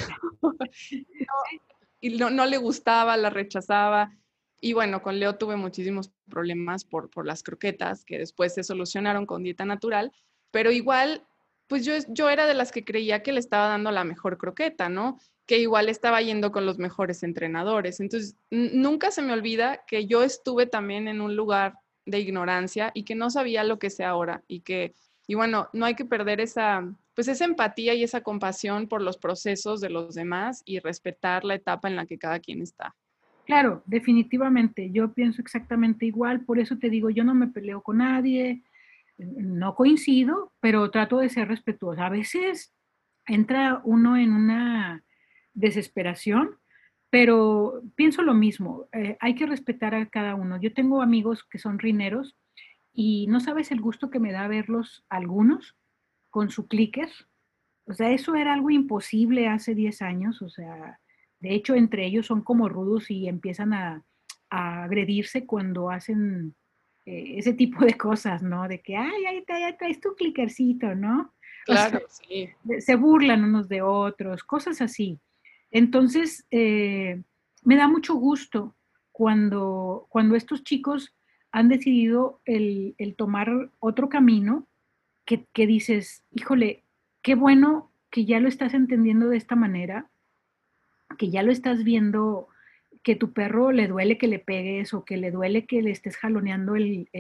Y no le gustaba, la rechazaba. Y bueno, con Leo tuve muchísimos problemas por las croquetas, que después se solucionaron con dieta natural, pero igual, pues yo era de las que creía que le estaba dando la mejor croqueta, ¿no? que igual estaba yendo con los mejores entrenadores. Entonces, nunca se me olvida que yo estuve también en un lugar de ignorancia y que no sabía lo que sé ahora y bueno, no hay que perder pues esa empatía y esa compasión por los procesos de los demás y respetar la etapa en la que cada quien está. Claro, definitivamente, yo pienso exactamente igual, por eso te digo, yo no me peleo con nadie, no coincido, pero trato de ser respetuosa. A veces entra uno en una desesperación, pero pienso lo mismo, hay que respetar a cada uno. Yo tengo amigos que son rineros y no sabes el gusto que me da verlos algunos con su clicker. O sea, eso era algo imposible hace 10 años, o sea, de hecho entre ellos son como rudos y empiezan a agredirse cuando hacen ese tipo de cosas, ¿no? De que, ay, ahí traes tu clickercito, ¿no? O sea, Claro, sí. se burlan unos de otros, cosas así. Entonces, me da mucho gusto cuando estos chicos han decidido el tomar otro camino que dices, híjole, qué bueno que ya lo estás entendiendo de esta manera, que ya lo estás viendo, que tu perro le duele que le pegues o que le duele que le estés jaloneando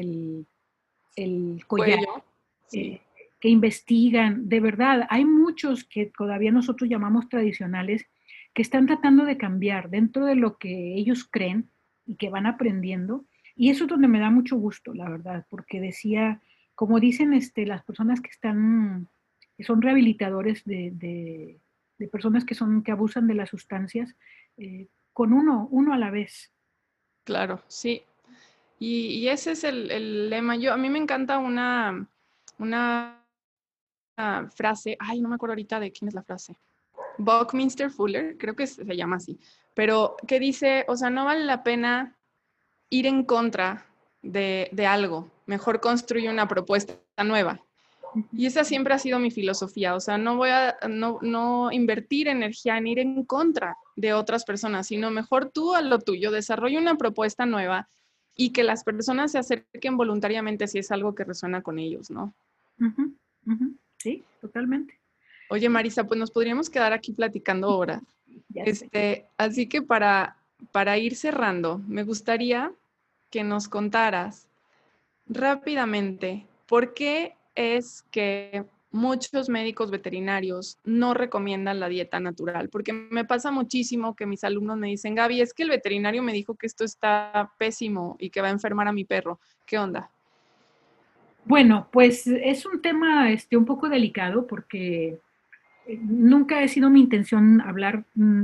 el collar, Cuello, sí. eh, que investigan. De verdad, hay muchos que todavía nosotros llamamos tradicionales que están tratando de cambiar dentro de lo que ellos creen y que van aprendiendo. Y eso es donde me da mucho gusto, la verdad, porque decía, como dicen las personas que son rehabilitadores de personas que abusan de las sustancias, con uno a la vez. Claro, sí. Y ese es el lema. A mí me encanta una frase, ay, no me acuerdo ahorita de quién es la frase. Buckminster Fuller, creo que se llama así, pero que dice, o sea, no vale la pena ir en contra de algo, mejor construye una propuesta nueva. Y esa siempre ha sido mi filosofía, o sea, no voy a no invertir energía en ir en contra de otras personas, sino mejor tú a lo tuyo, desarrolla una propuesta nueva y que las personas se acerquen voluntariamente si es algo que resuena con ellos, ¿no? Ujú, ujú. Sí, totalmente. Oye, Marisa, pues nos podríamos quedar aquí platicando horas. Ya sé. Así que para ir cerrando, me gustaría que nos contaras rápidamente por qué es que muchos médicos veterinarios no recomiendan la dieta natural, porque me pasa muchísimo que mis alumnos me dicen, Gaby, es que el veterinario me dijo que esto está pésimo y que va a enfermar a mi perro. ¿Qué onda? Bueno, pues es un tema un poco delicado porque nunca ha sido mi intención hablar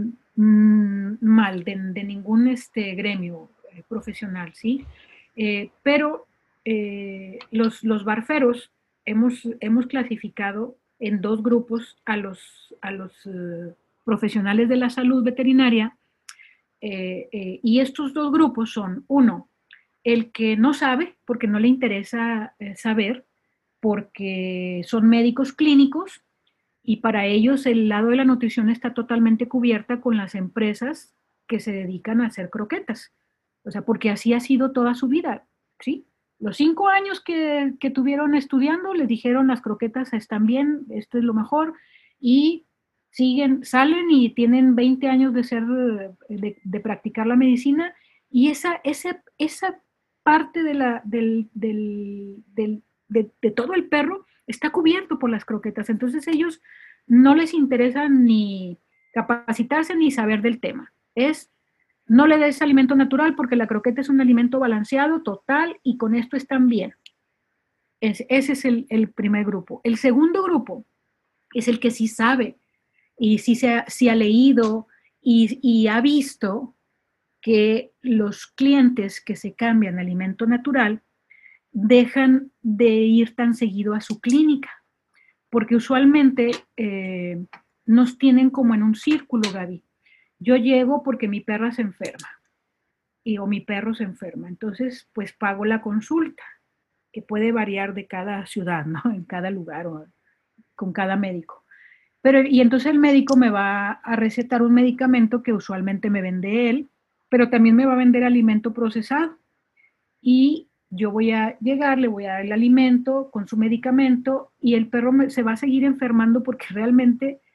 mal de ningún gremio profesional, ¿sí? Pero los barferos hemos clasificado en dos grupos a los profesionales de la salud veterinaria y estos dos grupos son, uno, el que no sabe porque no le interesa saber, porque son médicos clínicos y para ellos el lado de la nutrición está totalmente cubierta con las empresas que se dedican a hacer croquetas. O sea, porque así ha sido toda su vida, ¿sí? Los 5 años que tuvieron estudiando, les dijeron las croquetas están bien, esto es lo mejor, y siguen, salen y tienen 20 años de practicar la medicina, y esa parte de todo el perro está cubierto por las croquetas. Entonces ellos no les interesa ni capacitarse ni saber del tema. No le des alimento natural porque la croqueta es un alimento balanceado, total, y con esto están bien. Ese es el primer grupo. El segundo grupo es el que sí sabe y sí ha leído y ha visto que los clientes que se cambian a alimento natural dejan de ir tan seguido a su clínica, porque usualmente nos tienen como en un círculo, Gaby. Yo llego porque mi perra se enferma o mi perro se enferma, entonces pues pago la consulta, que puede variar de cada ciudad, ¿no? En cada lugar o con cada médico. Y entonces el médico me va a recetar un medicamento que usualmente me vende él, pero también me va a vender alimento procesado. Y yo voy a llegar, le voy a dar el alimento con su medicamento y el perro se va a seguir enfermando porque realmente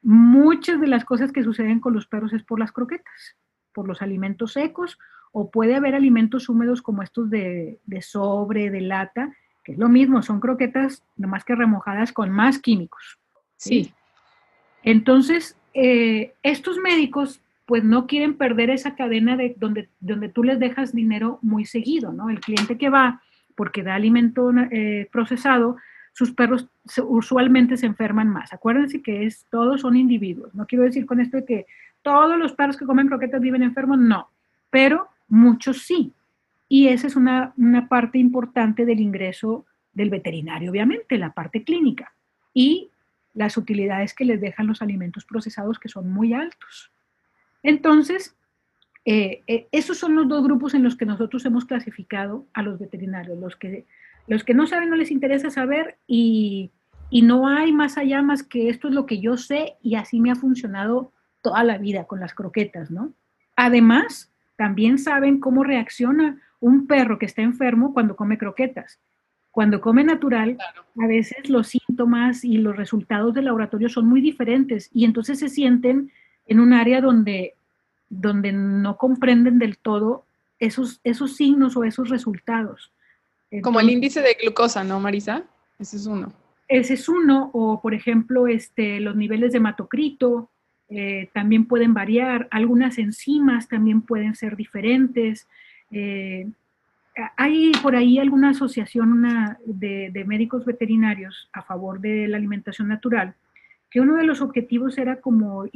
Muchas de las cosas que suceden con los perros es por las croquetas, por los alimentos secos, o puede haber alimentos húmedos como estos de sobre, de lata, que es lo mismo, son croquetas nomás que remojadas con más químicos. ¿Sí? Sí. Entonces, estos médicos pues no quieren perder esa cadena de donde tú les dejas dinero muy seguido, ¿no? El cliente que va porque da alimento procesado, sus perros usualmente se enferman más. Acuérdense que todos son individuos. No quiero decir con esto de que todos los perros que comen croquetas viven enfermos, no, pero muchos sí. Y esa es una parte importante del ingreso del veterinario, obviamente, la parte clínica. Y las utilidades que les dejan los alimentos procesados, que son muy altos. Entonces, esos son los dos grupos en los que nosotros hemos clasificado a los veterinarios, los que no saben, no les interesa saber y no hay más allá más que esto es lo que yo sé y así me ha funcionado toda la vida con las croquetas, ¿no? Además, también saben cómo reacciona un perro que está enfermo cuando come croquetas. Cuando come natural, a veces los síntomas y los resultados del laboratorio son muy diferentes y entonces se sienten en un área donde no comprenden del todo esos signos o esos resultados. Como el Entonces, índice de glucosa, ¿no, Marisa? Ese es uno. ese es uno, o por ejemplo, los niveles de hematocrito también pueden variar, algunas enzimas también pueden ser diferentes. Eh, Hay por ahí alguna asociación de médicos veterinarios a favor de la alimentación natural, que uno de los objetivos era como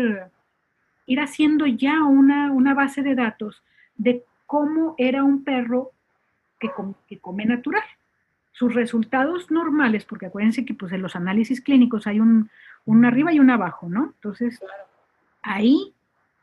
ir haciendo ya una base de datos de cómo era un perro que come natural. Sus resultados normales, porque acuérdense que pues, en los análisis clínicos hay un arriba y un abajo, ¿no? Entonces, ahí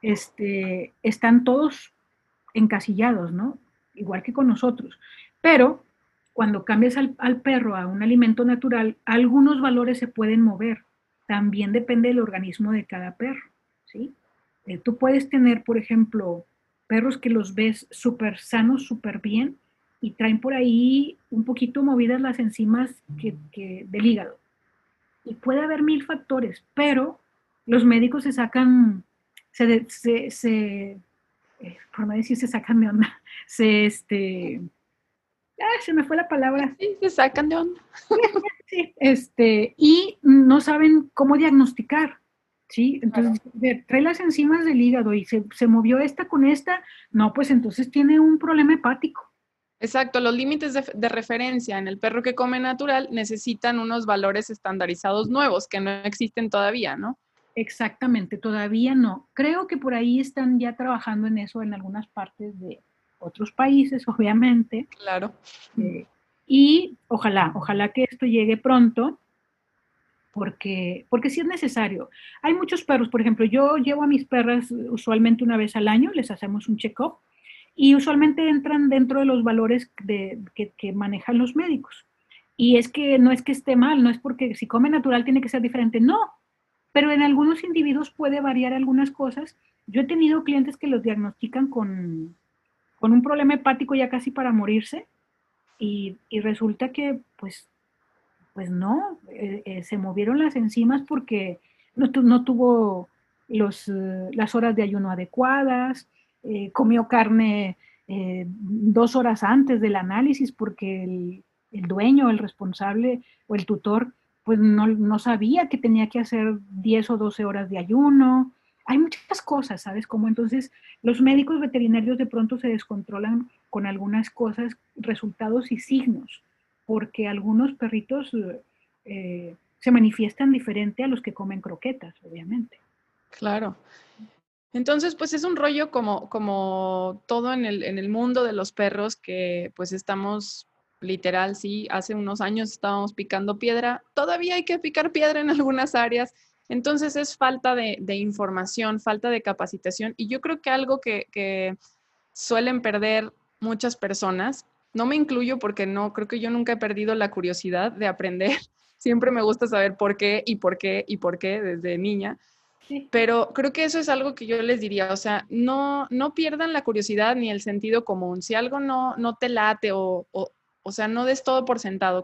están todos encasillados, ¿no? Igual que con nosotros. Pero cuando cambias al perro a un alimento natural, algunos valores se pueden mover. También depende del organismo de cada perro, ¿sí? Tú puedes tener, por ejemplo, perros que los ves súper sanos, súper bien, y traen por ahí un poquito movidas las enzimas del hígado. Y puede haber mil factores, pero los médicos se sacan, por no decir se sacan de onda, se me fue la palabra, Sí, se sacan de onda. sí, y no saben cómo diagnosticar, ¿sí? Entonces, trae las enzimas del hígado y se movió esta con esta, no, pues entonces tiene un problema hepático. Exacto, los límites de referencia en el perro que come natural necesitan unos valores estandarizados nuevos que no existen todavía, ¿no? Exactamente, todavía no. Creo que por ahí están ya trabajando en eso en algunas partes de otros países, obviamente, Claro. y ojalá que esto llegue pronto, porque sí es necesario. Hay muchos perros, por ejemplo, yo llevo a mis perras usualmente una vez al año, les hacemos un check-up y usualmente entran dentro de los valores que manejan los médicos. Y es que no es que esté mal, no es porque si come natural tiene que ser diferente, no, pero en algunos individuos puede variar algunas cosas. Yo he tenido clientes que los diagnostican con un problema hepático ya casi para morirse y resulta que pues no, se movieron las enzimas porque no tuvo las horas de ayuno adecuadas, comió carne 2 horas antes del análisis porque el dueño, el responsable o el tutor, pues no sabía que tenía que hacer 10 o 12 horas de ayuno. Hay muchas cosas, ¿sabes? Como entonces los médicos veterinarios de pronto se descontrolan con algunas cosas, resultados y signos porque algunos perritos se manifiestan diferente a los que comen croquetas, obviamente. Claro. Entonces, pues es un rollo como todo en el mundo de los perros que pues estamos literal, sí, hace unos años estábamos picando piedra, todavía hay que picar piedra en algunas áreas, entonces es falta de información, falta de capacitación y yo creo que algo que suelen perder muchas personas, no me incluyo porque no, creo que yo nunca he perdido la curiosidad de aprender, siempre me gusta saber por qué y por qué y por qué desde niña. Sí. Pero creo que eso es algo que yo les diría, o sea, no pierdan la curiosidad ni el sentido común. Si algo no te late o sea, no des todo por sentado, como que investiga y pues así te lo hayan enseñado en la universidad, pues investiga,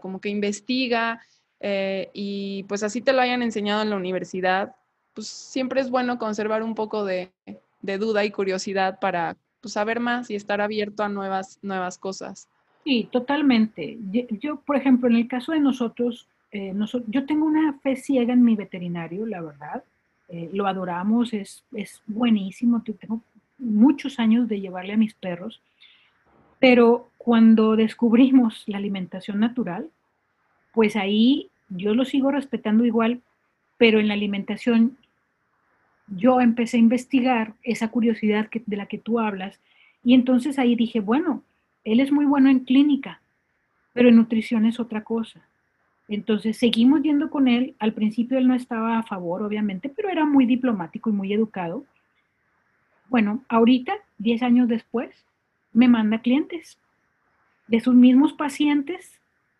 pues siempre es bueno conservar un poco de duda y curiosidad para pues, saber más y estar abierto a nuevas cosas. Sí, totalmente. Yo, por ejemplo, en el caso de nosotros, yo tengo una fe ciega en mi veterinario, la verdad. Lo adoramos, es buenísimo. Tengo muchos años de llevarle a mis perros, pero cuando descubrimos la alimentación natural, pues ahí yo lo sigo respetando igual, pero en la alimentación yo empecé a investigar esa curiosidad de la que tú hablas y entonces ahí dije, bueno, él es muy bueno en clínica, pero en nutrición es otra cosa. Entonces seguimos yendo con él. Al principio él no estaba a favor, obviamente, pero era muy diplomático y muy educado. Bueno, ahorita, 10 años después, me manda clientes de sus mismos pacientes,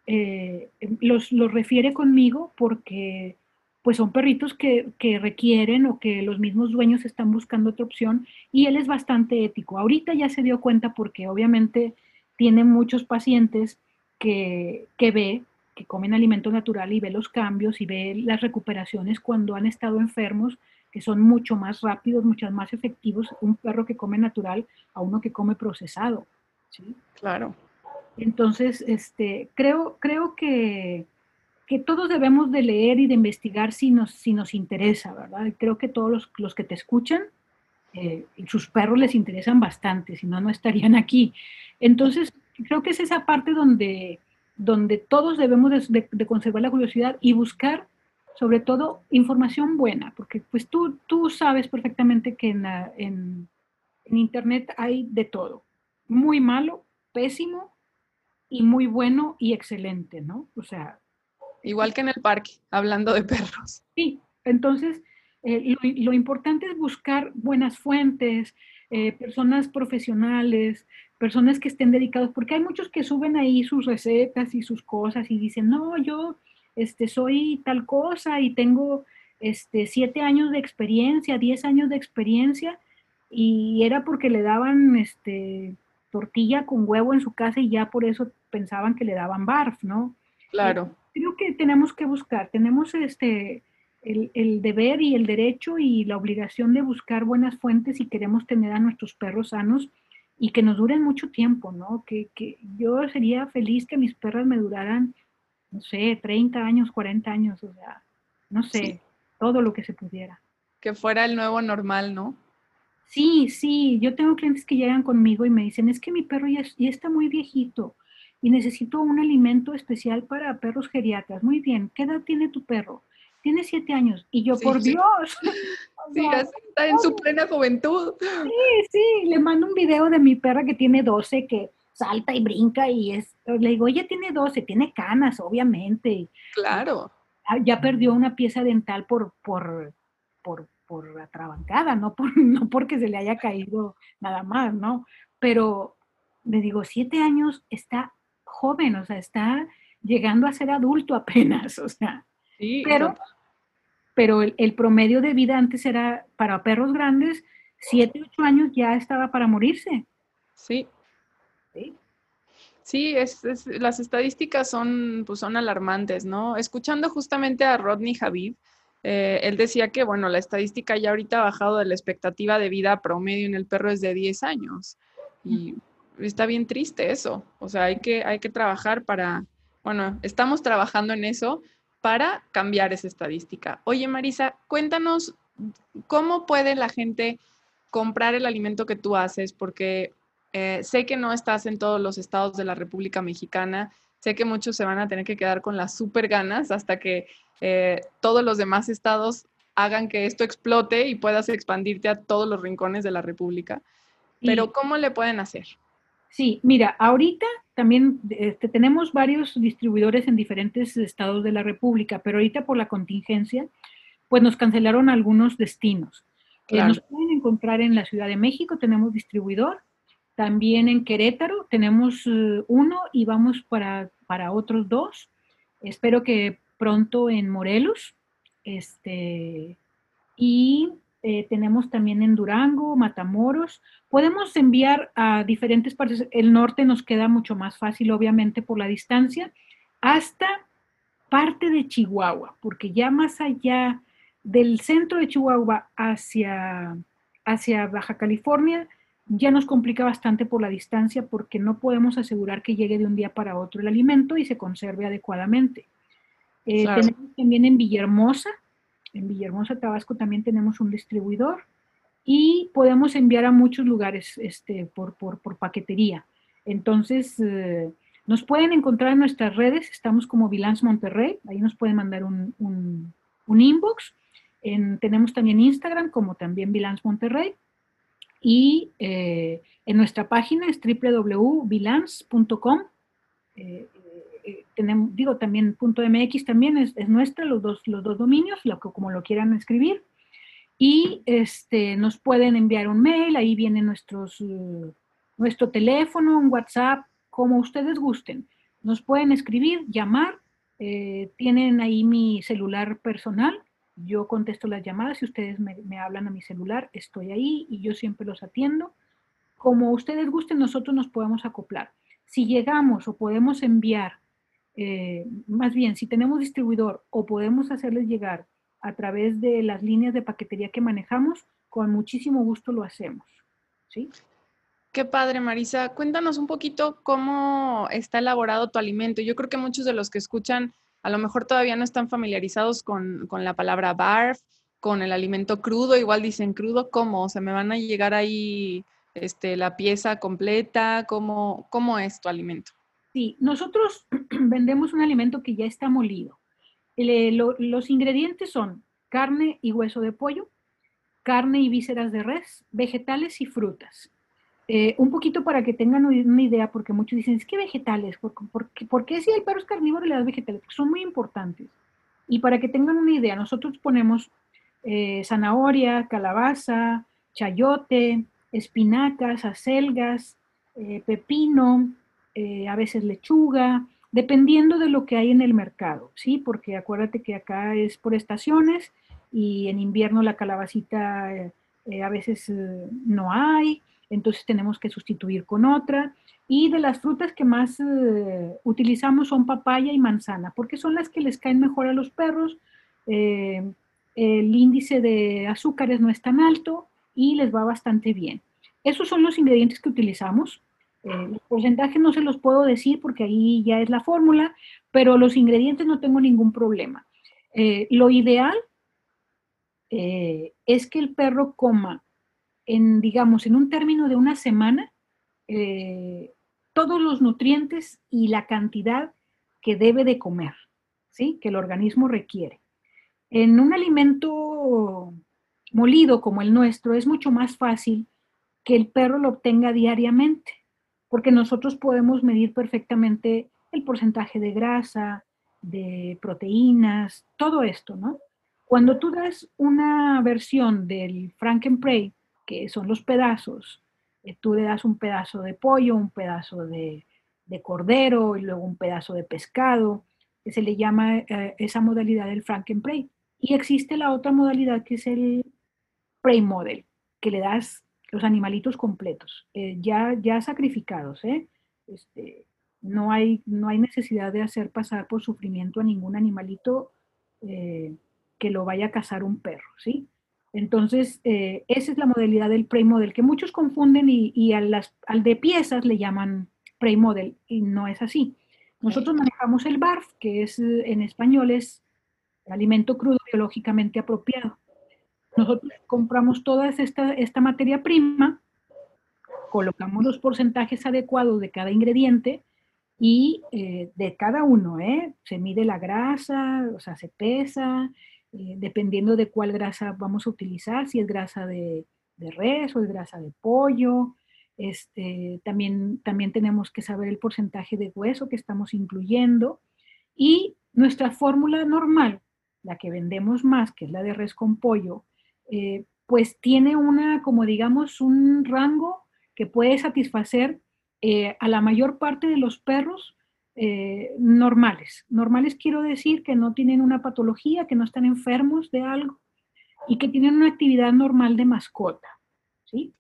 los refiere conmigo porque pues son perritos que requieren o que los mismos dueños están buscando otra opción y él es bastante ético. Ahorita ya se dio cuenta porque obviamente tiene muchos pacientes que ve, que comen alimento natural y ve los cambios y ve las recuperaciones cuando han estado enfermos, que son mucho más rápidos, mucho más efectivos, un perro que come natural a uno que come procesado. ¿Sí? Claro. Entonces, creo que todos debemos de leer y de investigar si nos interesa, ¿verdad? Y creo que todos los que te escuchan, sus perros les interesan bastante, si no, no estarían aquí. Entonces, creo que es esa parte donde todos debemos de conservar la curiosidad y buscar, sobre todo, información buena, porque pues tú sabes perfectamente que en Internet hay de todo, muy malo, pésimo, y muy bueno y excelente, ¿no? O sea, Igual que en el parque, hablando de perros. sí. Entonces, lo importante es buscar buenas fuentes, personas profesionales, personas que estén dedicados, porque hay muchos que suben ahí sus recetas y sus cosas y dicen, no, yo soy tal cosa y tengo 7 años de experiencia, 10 años de experiencia, y era porque le daban tortilla con huevo en su casa y ya por eso pensaban que le daban barf, ¿no? Claro. Creo que tenemos que buscar, tenemos el deber y el derecho y la obligación de buscar buenas fuentes si queremos tener a nuestros perros sanos y que nos duren mucho tiempo, ¿no? Que yo sería feliz que mis perras me duraran, no sé, 30 años, 40 años, o sea, no Sí. sé, todo lo que se pudiera. Que fuera el nuevo normal, ¿no? Sí, sí, yo tengo clientes que llegan conmigo y me dicen, es que mi perro ya está muy viejito y necesito un alimento especial para perros geriatras. Muy bien, ¿qué edad tiene tu perro? Tiene 7 años. Y yo, Sí, por Dios, o sí, sea, está en su plena juventud. sí, sí, le mando un video de mi perra que tiene 12 que salta y brinca le digo, ella tiene 12 tiene canas, obviamente, y Claro. ya perdió una pieza dental por atrabancada, no porque se le haya caído nada más, ¿no? Pero le digo, 7 años está joven, o sea, está llegando a ser adulto apenas, o sea, Sí, pero, total. pero el promedio de vida antes era para perros grandes, 7, 8 años ya estaba para morirse. Sí. ¿Sí? Sí, las estadísticas son, pues son alarmantes, ¿no? Escuchando justamente a Rodney Javid, él decía que, bueno, la estadística ya ahorita ha bajado de la expectativa de vida promedio en el perro es de 10 años. Y está bien triste eso. O sea, hay que trabajar para, bueno, estamos trabajando en eso para cambiar esa estadística. Oye, Marisa, cuéntanos cómo puede la gente comprar el alimento que tú haces, porque sé que no estás en todos los estados de la República Mexicana, sé que muchos se van a tener que quedar con las súper ganas hasta que todos los demás estados hagan que esto explote y puedas expandirte a todos los rincones de la República. Y Pero ¿cómo le pueden hacer? sí, mira, ahorita también tenemos varios distribuidores en diferentes estados de la República, pero ahorita por la contingencia, pues nos cancelaron algunos destinos. Claro. Nos pueden encontrar en la Ciudad de México, tenemos distribuidor, también en Querétaro tenemos uno y vamos para otros dos. Espero que pronto en Morelos, este, y tenemos también en Durango, Matamoros. Podemos enviar a diferentes partes. El norte nos queda mucho más fácil, obviamente, por la distancia, hasta parte de Chihuahua, porque ya más allá del centro de Chihuahua hacia Baja California ya nos complica bastante por la distancia porque no podemos asegurar que llegue de un día para otro el alimento y se conserve adecuadamente. Claro. Tenemos también en Villahermosa, Tabasco, también tenemos un distribuidor y podemos enviar a muchos lugares por paquetería. Entonces, nos pueden encontrar en nuestras redes, estamos como Vilans Monterrey, ahí nos pueden mandar un inbox. Tenemos también Instagram como también Vilans Monterrey y en nuestra página es www.vilans.com. Tenemos, digo, también .mx también es nuestra, los dos dominios, como lo quieran escribir. Y nos pueden enviar un mail, ahí viene nuestro teléfono, un WhatsApp, como ustedes gusten. Nos pueden escribir, llamar, tienen ahí mi celular personal, yo contesto las llamadas, si ustedes me hablan a mi celular, estoy ahí y yo siempre los atiendo. Como ustedes gusten, nosotros nos podemos acoplar. Si llegamos o podemos enviar, más bien, si tenemos distribuidor o podemos hacerles llegar a través de las líneas de paquetería que manejamos, con muchísimo gusto lo hacemos. ¿Sí? Qué padre, Marisa. Cuéntanos un poquito cómo está elaborado tu alimento. Yo creo que muchos de los que escuchan a lo mejor todavía no están familiarizados con la palabra barf, con el alimento crudo, igual dicen crudo, ¿cómo? O sea, ¿me van a llegar ahí la pieza completa? ¿Cómo es tu alimento? Sí, nosotros vendemos un alimento que ya está molido. Los ingredientes son carne y hueso de pollo, carne y vísceras de res, vegetales y frutas. Un poquito para que tengan una idea, porque muchos dicen, es que vegetales, ¿por qué si el perro es carnívoro le das vegetales? Porque son muy importantes. Y para que tengan una idea, nosotros ponemos zanahoria, calabaza, chayote, espinacas, acelgas, pepino, a veces lechuga, dependiendo de lo que hay en el mercado, ¿sí? Porque acuérdate que acá es por estaciones y en invierno la calabacita a veces no hay, entonces tenemos que sustituir con otra. Y de las frutas que más utilizamos son papaya y manzana, porque son las que les caen mejor a los perros. Eh, el índice de azúcares no es tan alto y les va bastante bien. Esos son los ingredientes que utilizamos. Los porcentajes no se los puedo decir porque ahí ya es la fórmula, pero los ingredientes no tengo ningún problema. Lo ideal es que el perro coma digamos, en un término de una semana, eh, todos los nutrientes y la cantidad que debe de comer, ¿sí? Que el organismo requiere. En un alimento molido como el nuestro es mucho más fácil que el perro lo obtenga diariamente, porque nosotros podemos medir perfectamente el porcentaje de grasa, de proteínas, todo esto, ¿no? Cuando tú das una versión del Frankenprey, que son los pedazos, tú le das un pedazo de pollo, un pedazo de cordero y luego un pedazo de pescado, que se le llama esa modalidad del Frankenprey. Y existe la otra modalidad que es el Prey Model, que le das los animalitos completos, ya sacrificados, ¿eh? Este, no hay necesidad de hacer pasar por sufrimiento a ningún animalito que lo vaya a cazar un perro, ¿sí? Entonces, esa es la modalidad del Prey Model, que muchos confunden y al de piezas le llaman Prey Model, y no es así. Nosotros manejamos el BARF, que es en español es alimento crudo biológicamente apropiado. Nosotros compramos toda esta materia prima, colocamos los porcentajes adecuados de cada ingrediente y de cada uno, se mide la grasa, o sea, se pesa, dependiendo de cuál grasa vamos a utilizar, si es grasa de res o es grasa de pollo. También tenemos que saber el porcentaje de hueso que estamos incluyendo y nuestra fórmula normal, la que vendemos más, que es la de res con pollo, pues tiene como digamos, un rango que puede satisfacer a la mayor parte de los perros normales. Normales quiero decir que no tienen una patología, que no están enfermos de algo y que tienen una actividad normal de mascota, ¿sí?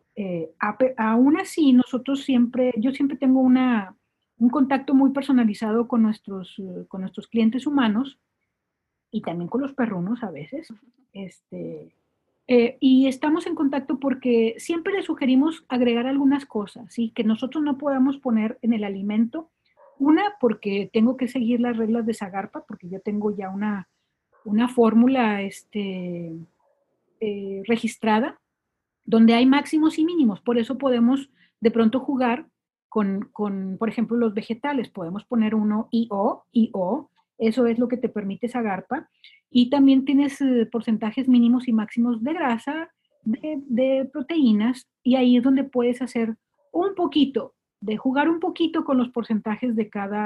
Aún así, yo siempre tengo un contacto muy personalizado con nuestros clientes humanos y también con los perrunos a veces. Y estamos en contacto porque siempre le sugerimos agregar algunas cosas, ¿sí? Que nosotros no podamos poner en el alimento. Una, porque tengo que seguir las reglas de Zagarpa, porque yo tengo ya una fórmula registrada donde hay máximos y mínimos. Por eso podemos de pronto jugar por ejemplo, los vegetales. Podemos poner uno IO, eso es lo que te permite Zagarpa. Y también tienes porcentajes mínimos y máximos de grasa, de proteínas, y ahí es donde puedes hacer un poquito, de jugar un poquito con los porcentajes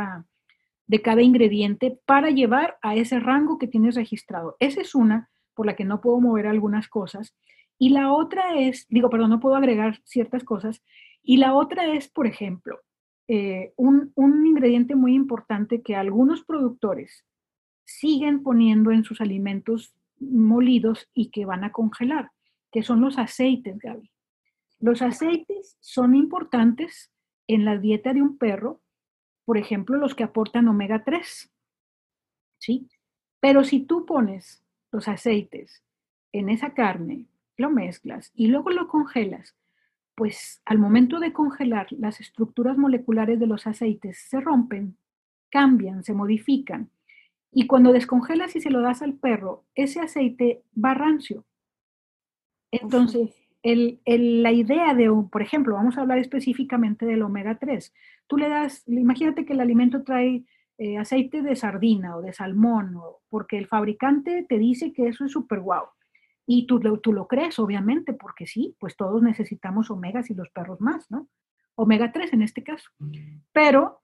de cada ingrediente para llevar a ese rango que tienes registrado. Esa es una por la que no puedo mover algunas cosas. Y la otra es, digo, perdón, no puedo agregar ciertas cosas. Y la otra es, por ejemplo, un ingrediente muy importante que algunos productores siguen poniendo en sus alimentos molidos y que van a congelar, que son los aceites, Gaby. Los aceites son importantes en la dieta de un perro, por ejemplo, los que aportan omega 3, ¿sí? Pero si tú pones los aceites en esa carne, lo mezclas y luego lo congelas, pues al momento de congelar, las estructuras moleculares de los aceites se rompen, cambian, se modifican. Y cuando descongelas y se lo das al perro, ese aceite va rancio. Entonces, la idea por ejemplo, vamos a hablar específicamente del omega 3. Tú le das, imagínate que el alimento trae aceite de sardina o de salmón, porque el fabricante te dice que eso es súper guau. Y tú lo crees, obviamente, porque sí, pues todos necesitamos omegas y los perros más, ¿no? Omega 3 en este caso. Pero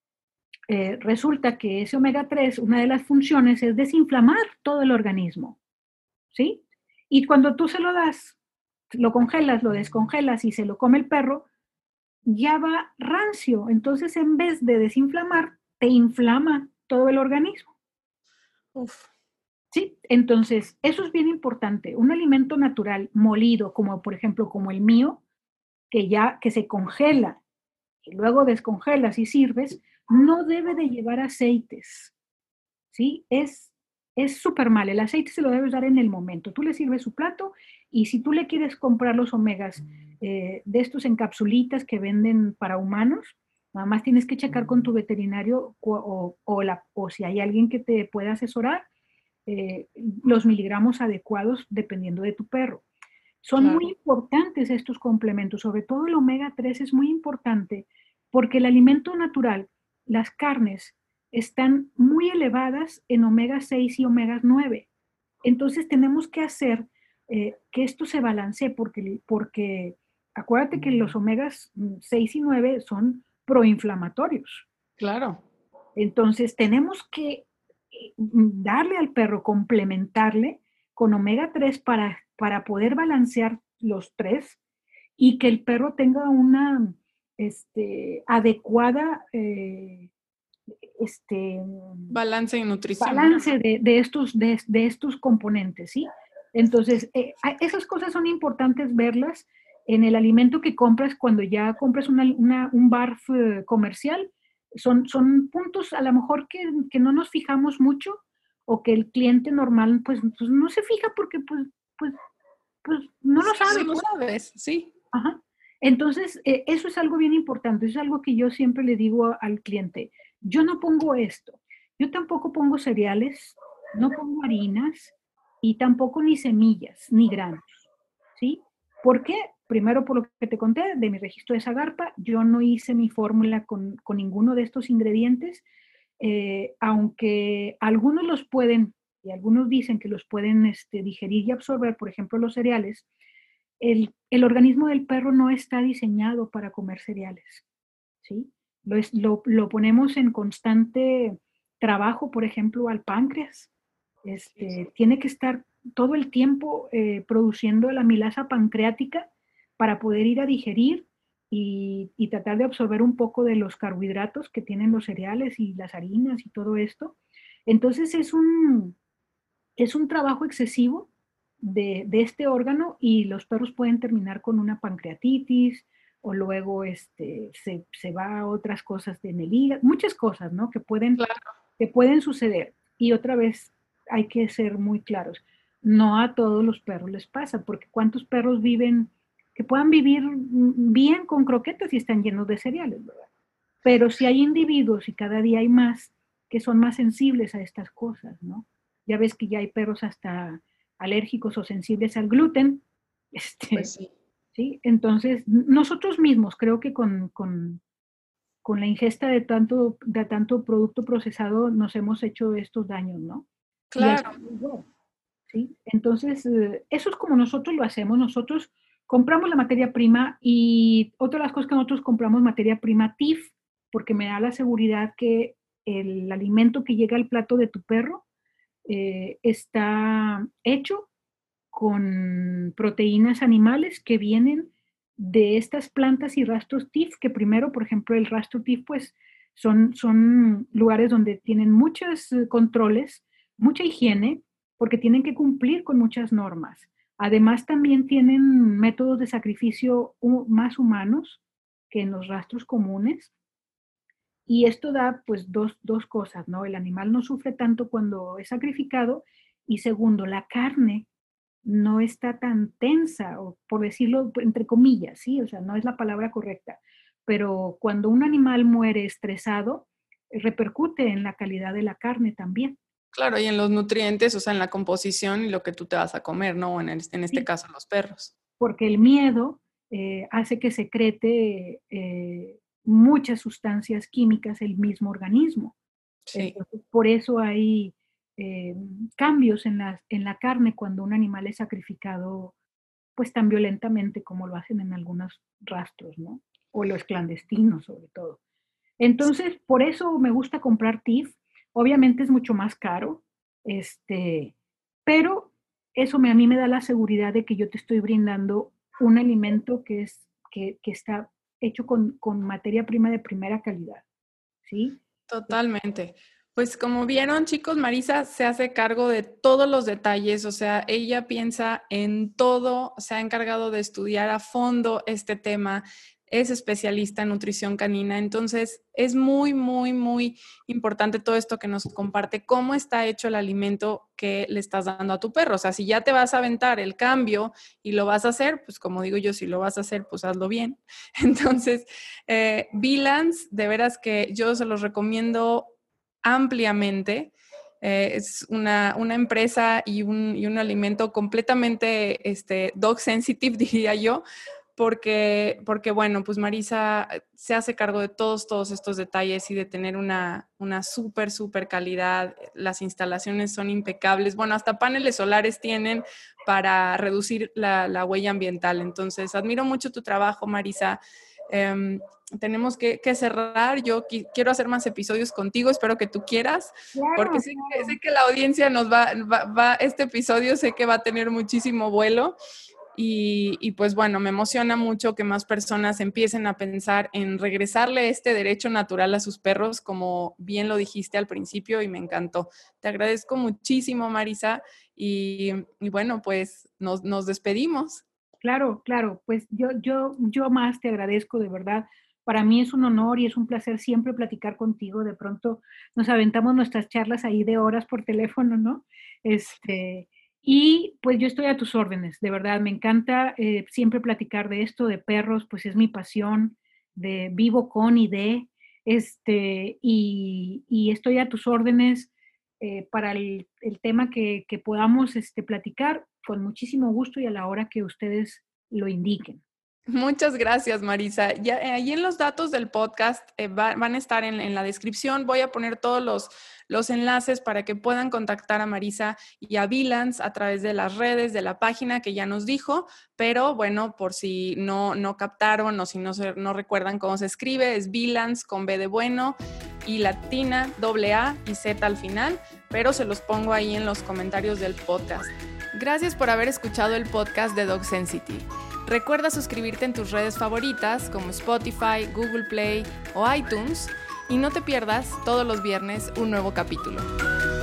resulta que ese omega 3, una de las funciones es desinflamar todo el organismo, ¿sí? Y cuando tú se lo das, lo congelas, lo descongelas y se lo come el perro, ya va rancio. Entonces, en vez de desinflamar, te inflama todo el organismo. Uf. Sí, entonces, eso es bien importante. Un alimento natural molido, como por ejemplo, como el mío, que se congela y luego descongelas y sirves, no debe de llevar aceites. ¿Sí? Es súper mal. El aceite se lo debes dar en el momento. Tú le sirves su plato y si tú le quieres comprar los omegas de estos en capsulitas que venden para humanos, nada más tienes que checar con tu veterinario o si hay alguien que te pueda asesorar los miligramos adecuados dependiendo de tu perro. Son Claro. muy importantes estos complementos, sobre todo el omega 3 es muy importante porque el alimento natural, las carnes, están muy elevadas en omega 6 y omega 9. Entonces tenemos que hacer que esto se balancee porque acuérdate que los omegas 6 y 9 son proinflamatorios. Claro. Entonces tenemos que darle al perro, complementarle con omega 3 para poder balancear los tres y que el perro tenga una adecuada este, Balance y nutrición. balance de estos componentes, ¿sí? Entonces, esas cosas son importantes verlas en el alimento que compras cuando ya compras un BARF comercial. Son puntos a lo mejor que no nos fijamos mucho o que el cliente normal pues no se fija porque pues no lo sabe. No sabes, sí. Ajá. Entonces, eso es algo bien importante, eso es algo que yo siempre le digo al cliente, yo no pongo esto, yo tampoco pongo cereales, no pongo harinas y tampoco ni semillas, ni granos, ¿sí? ¿Por qué? Primero, por lo que te conté de mi registro de Zagarpa, yo no hice mi fórmula con ninguno de estos ingredientes, aunque algunos los pueden, y algunos dicen que los pueden digerir y absorber, por ejemplo, los cereales, el organismo del perro no está diseñado para comer cereales, ¿sí? Lo ponemos en constante trabajo, por ejemplo, al páncreas. Tiene que estar todo el tiempo produciendo la amilasa pancreática para poder ir a digerir y tratar de absorber un poco de los carbohidratos que tienen los cereales y las harinas y todo esto. Entonces es un trabajo excesivo de este órgano y los perros pueden terminar con una pancreatitis o luego se va a otras cosas en el hígado, muchas cosas, ¿no? Claro. Que pueden suceder. Y otra vez, hay que ser muy claros. No a todos los perros les pasa, porque ¿cuántos perros viven, que puedan vivir bien con croquetas y están llenos de cereales, ¿verdad? Pero si hay individuos y cada día hay más que son más sensibles a estas cosas, ¿no? Ya ves que ya hay perros hasta alérgicos o sensibles al gluten, Pues sí. ¿sí? Entonces, nosotros mismos creo que con la ingesta de tanto producto procesado nos hemos hecho estos daños, ¿no? Y al Claro. igual, ¿sí? Entonces, eso es como nosotros lo hacemos. Nosotros compramos la materia prima y otra de las cosas que nosotros compramos materia prima TIF, porque me da la seguridad que el alimento que llega al plato de tu perro está hecho con proteínas animales que vienen de estas plantas y rastros TIF, que primero, por ejemplo, el rastro TIF, pues son lugares donde tienen muchos controles, mucha higiene, porque tienen que cumplir con muchas normas. Además, también tienen métodos de sacrificio más humanos que en los rastros comunes. Y esto da pues dos cosas, ¿no? El animal no sufre tanto cuando es sacrificado y segundo, la carne no está tan tensa, o por decirlo entre comillas, ¿sí? O sea, no es la palabra correcta, pero cuando un animal muere estresado, repercute en la calidad de la carne también. Claro, y en los nutrientes, o sea, en la composición y lo que tú te vas a comer, ¿no? O en este Sí, caso, los perros. porque el miedo hace que secrete muchas sustancias químicas el mismo organismo. Sí. Entonces, por eso hay eh, cambios en la carne cuando un animal es sacrificado pues tan violentamente como lo hacen en algunos rastros, ¿no? O los clandestinos sobre todo. Entonces, por eso me gusta comprar TIF. Obviamente es mucho más caro, pero eso a mí me da la seguridad de que yo te estoy brindando un alimento que está hecho con materia prima de primera calidad, ¿sí? Totalmente. Pues como vieron, chicos, Marisa se hace cargo de todos los detalles, o sea, ella piensa en todo, se ha encargado de estudiar a fondo este tema, es especialista en nutrición canina, entonces es muy, muy, muy importante todo esto que nos comparte, cómo está hecho el alimento que le estás dando a tu perro. O sea, si ya te vas a aventar el cambio y lo vas a hacer, pues como digo yo, si lo vas a hacer, pues hazlo bien. Entonces, Vylance, de veras que yo se los recomiendo ampliamente. Es una empresa y un alimento completamente dog sensitive, diría yo, porque bueno, pues Marisa se hace cargo de todos estos detalles y de tener una súper, súper calidad. Las instalaciones son impecables. Bueno, hasta paneles solares tienen para reducir la huella ambiental. Entonces, admiro mucho tu trabajo, Marisa. Tenemos que cerrar. Yo quiero hacer más episodios contigo, espero que tú quieras, porque Claro, sé claro. que la audiencia nos este episodio sé que va a tener muchísimo vuelo. Y pues bueno, me emociona mucho que más personas empiecen a pensar en regresarle este derecho natural a sus perros, como bien lo dijiste al principio y me encantó. Te agradezco muchísimo, Marisa, y bueno, pues nos despedimos. Claro, claro, pues yo más te agradezco de verdad. Para mí es un honor y es un placer siempre platicar contigo. De pronto nos aventamos nuestras charlas ahí de horas por teléfono, ¿no? Y pues yo estoy a tus órdenes, de verdad. Me encanta siempre platicar de esto, de perros, pues es mi pasión, de vivo con y de, y estoy a tus órdenes para el tema que podamos platicar con muchísimo gusto y a la hora que ustedes lo indiquen. Muchas gracias, Marisa. Ya, ahí en los datos del podcast van a estar en la descripción. Voy a poner todos los enlaces para que puedan contactar a Marisa y a Vylance a través de las redes, de la página que ya nos dijo. Pero bueno, por si no captaron o si no recuerdan cómo se escribe, es Vylance con B de bueno y latina, doble A y Z al final. Pero se los pongo ahí en los comentarios del podcast. Gracias por haber escuchado el podcast de Dog Sensitive. Recuerda suscribirte en tus redes favoritas como Spotify, Google Play o iTunes y no te pierdas todos los viernes un nuevo capítulo.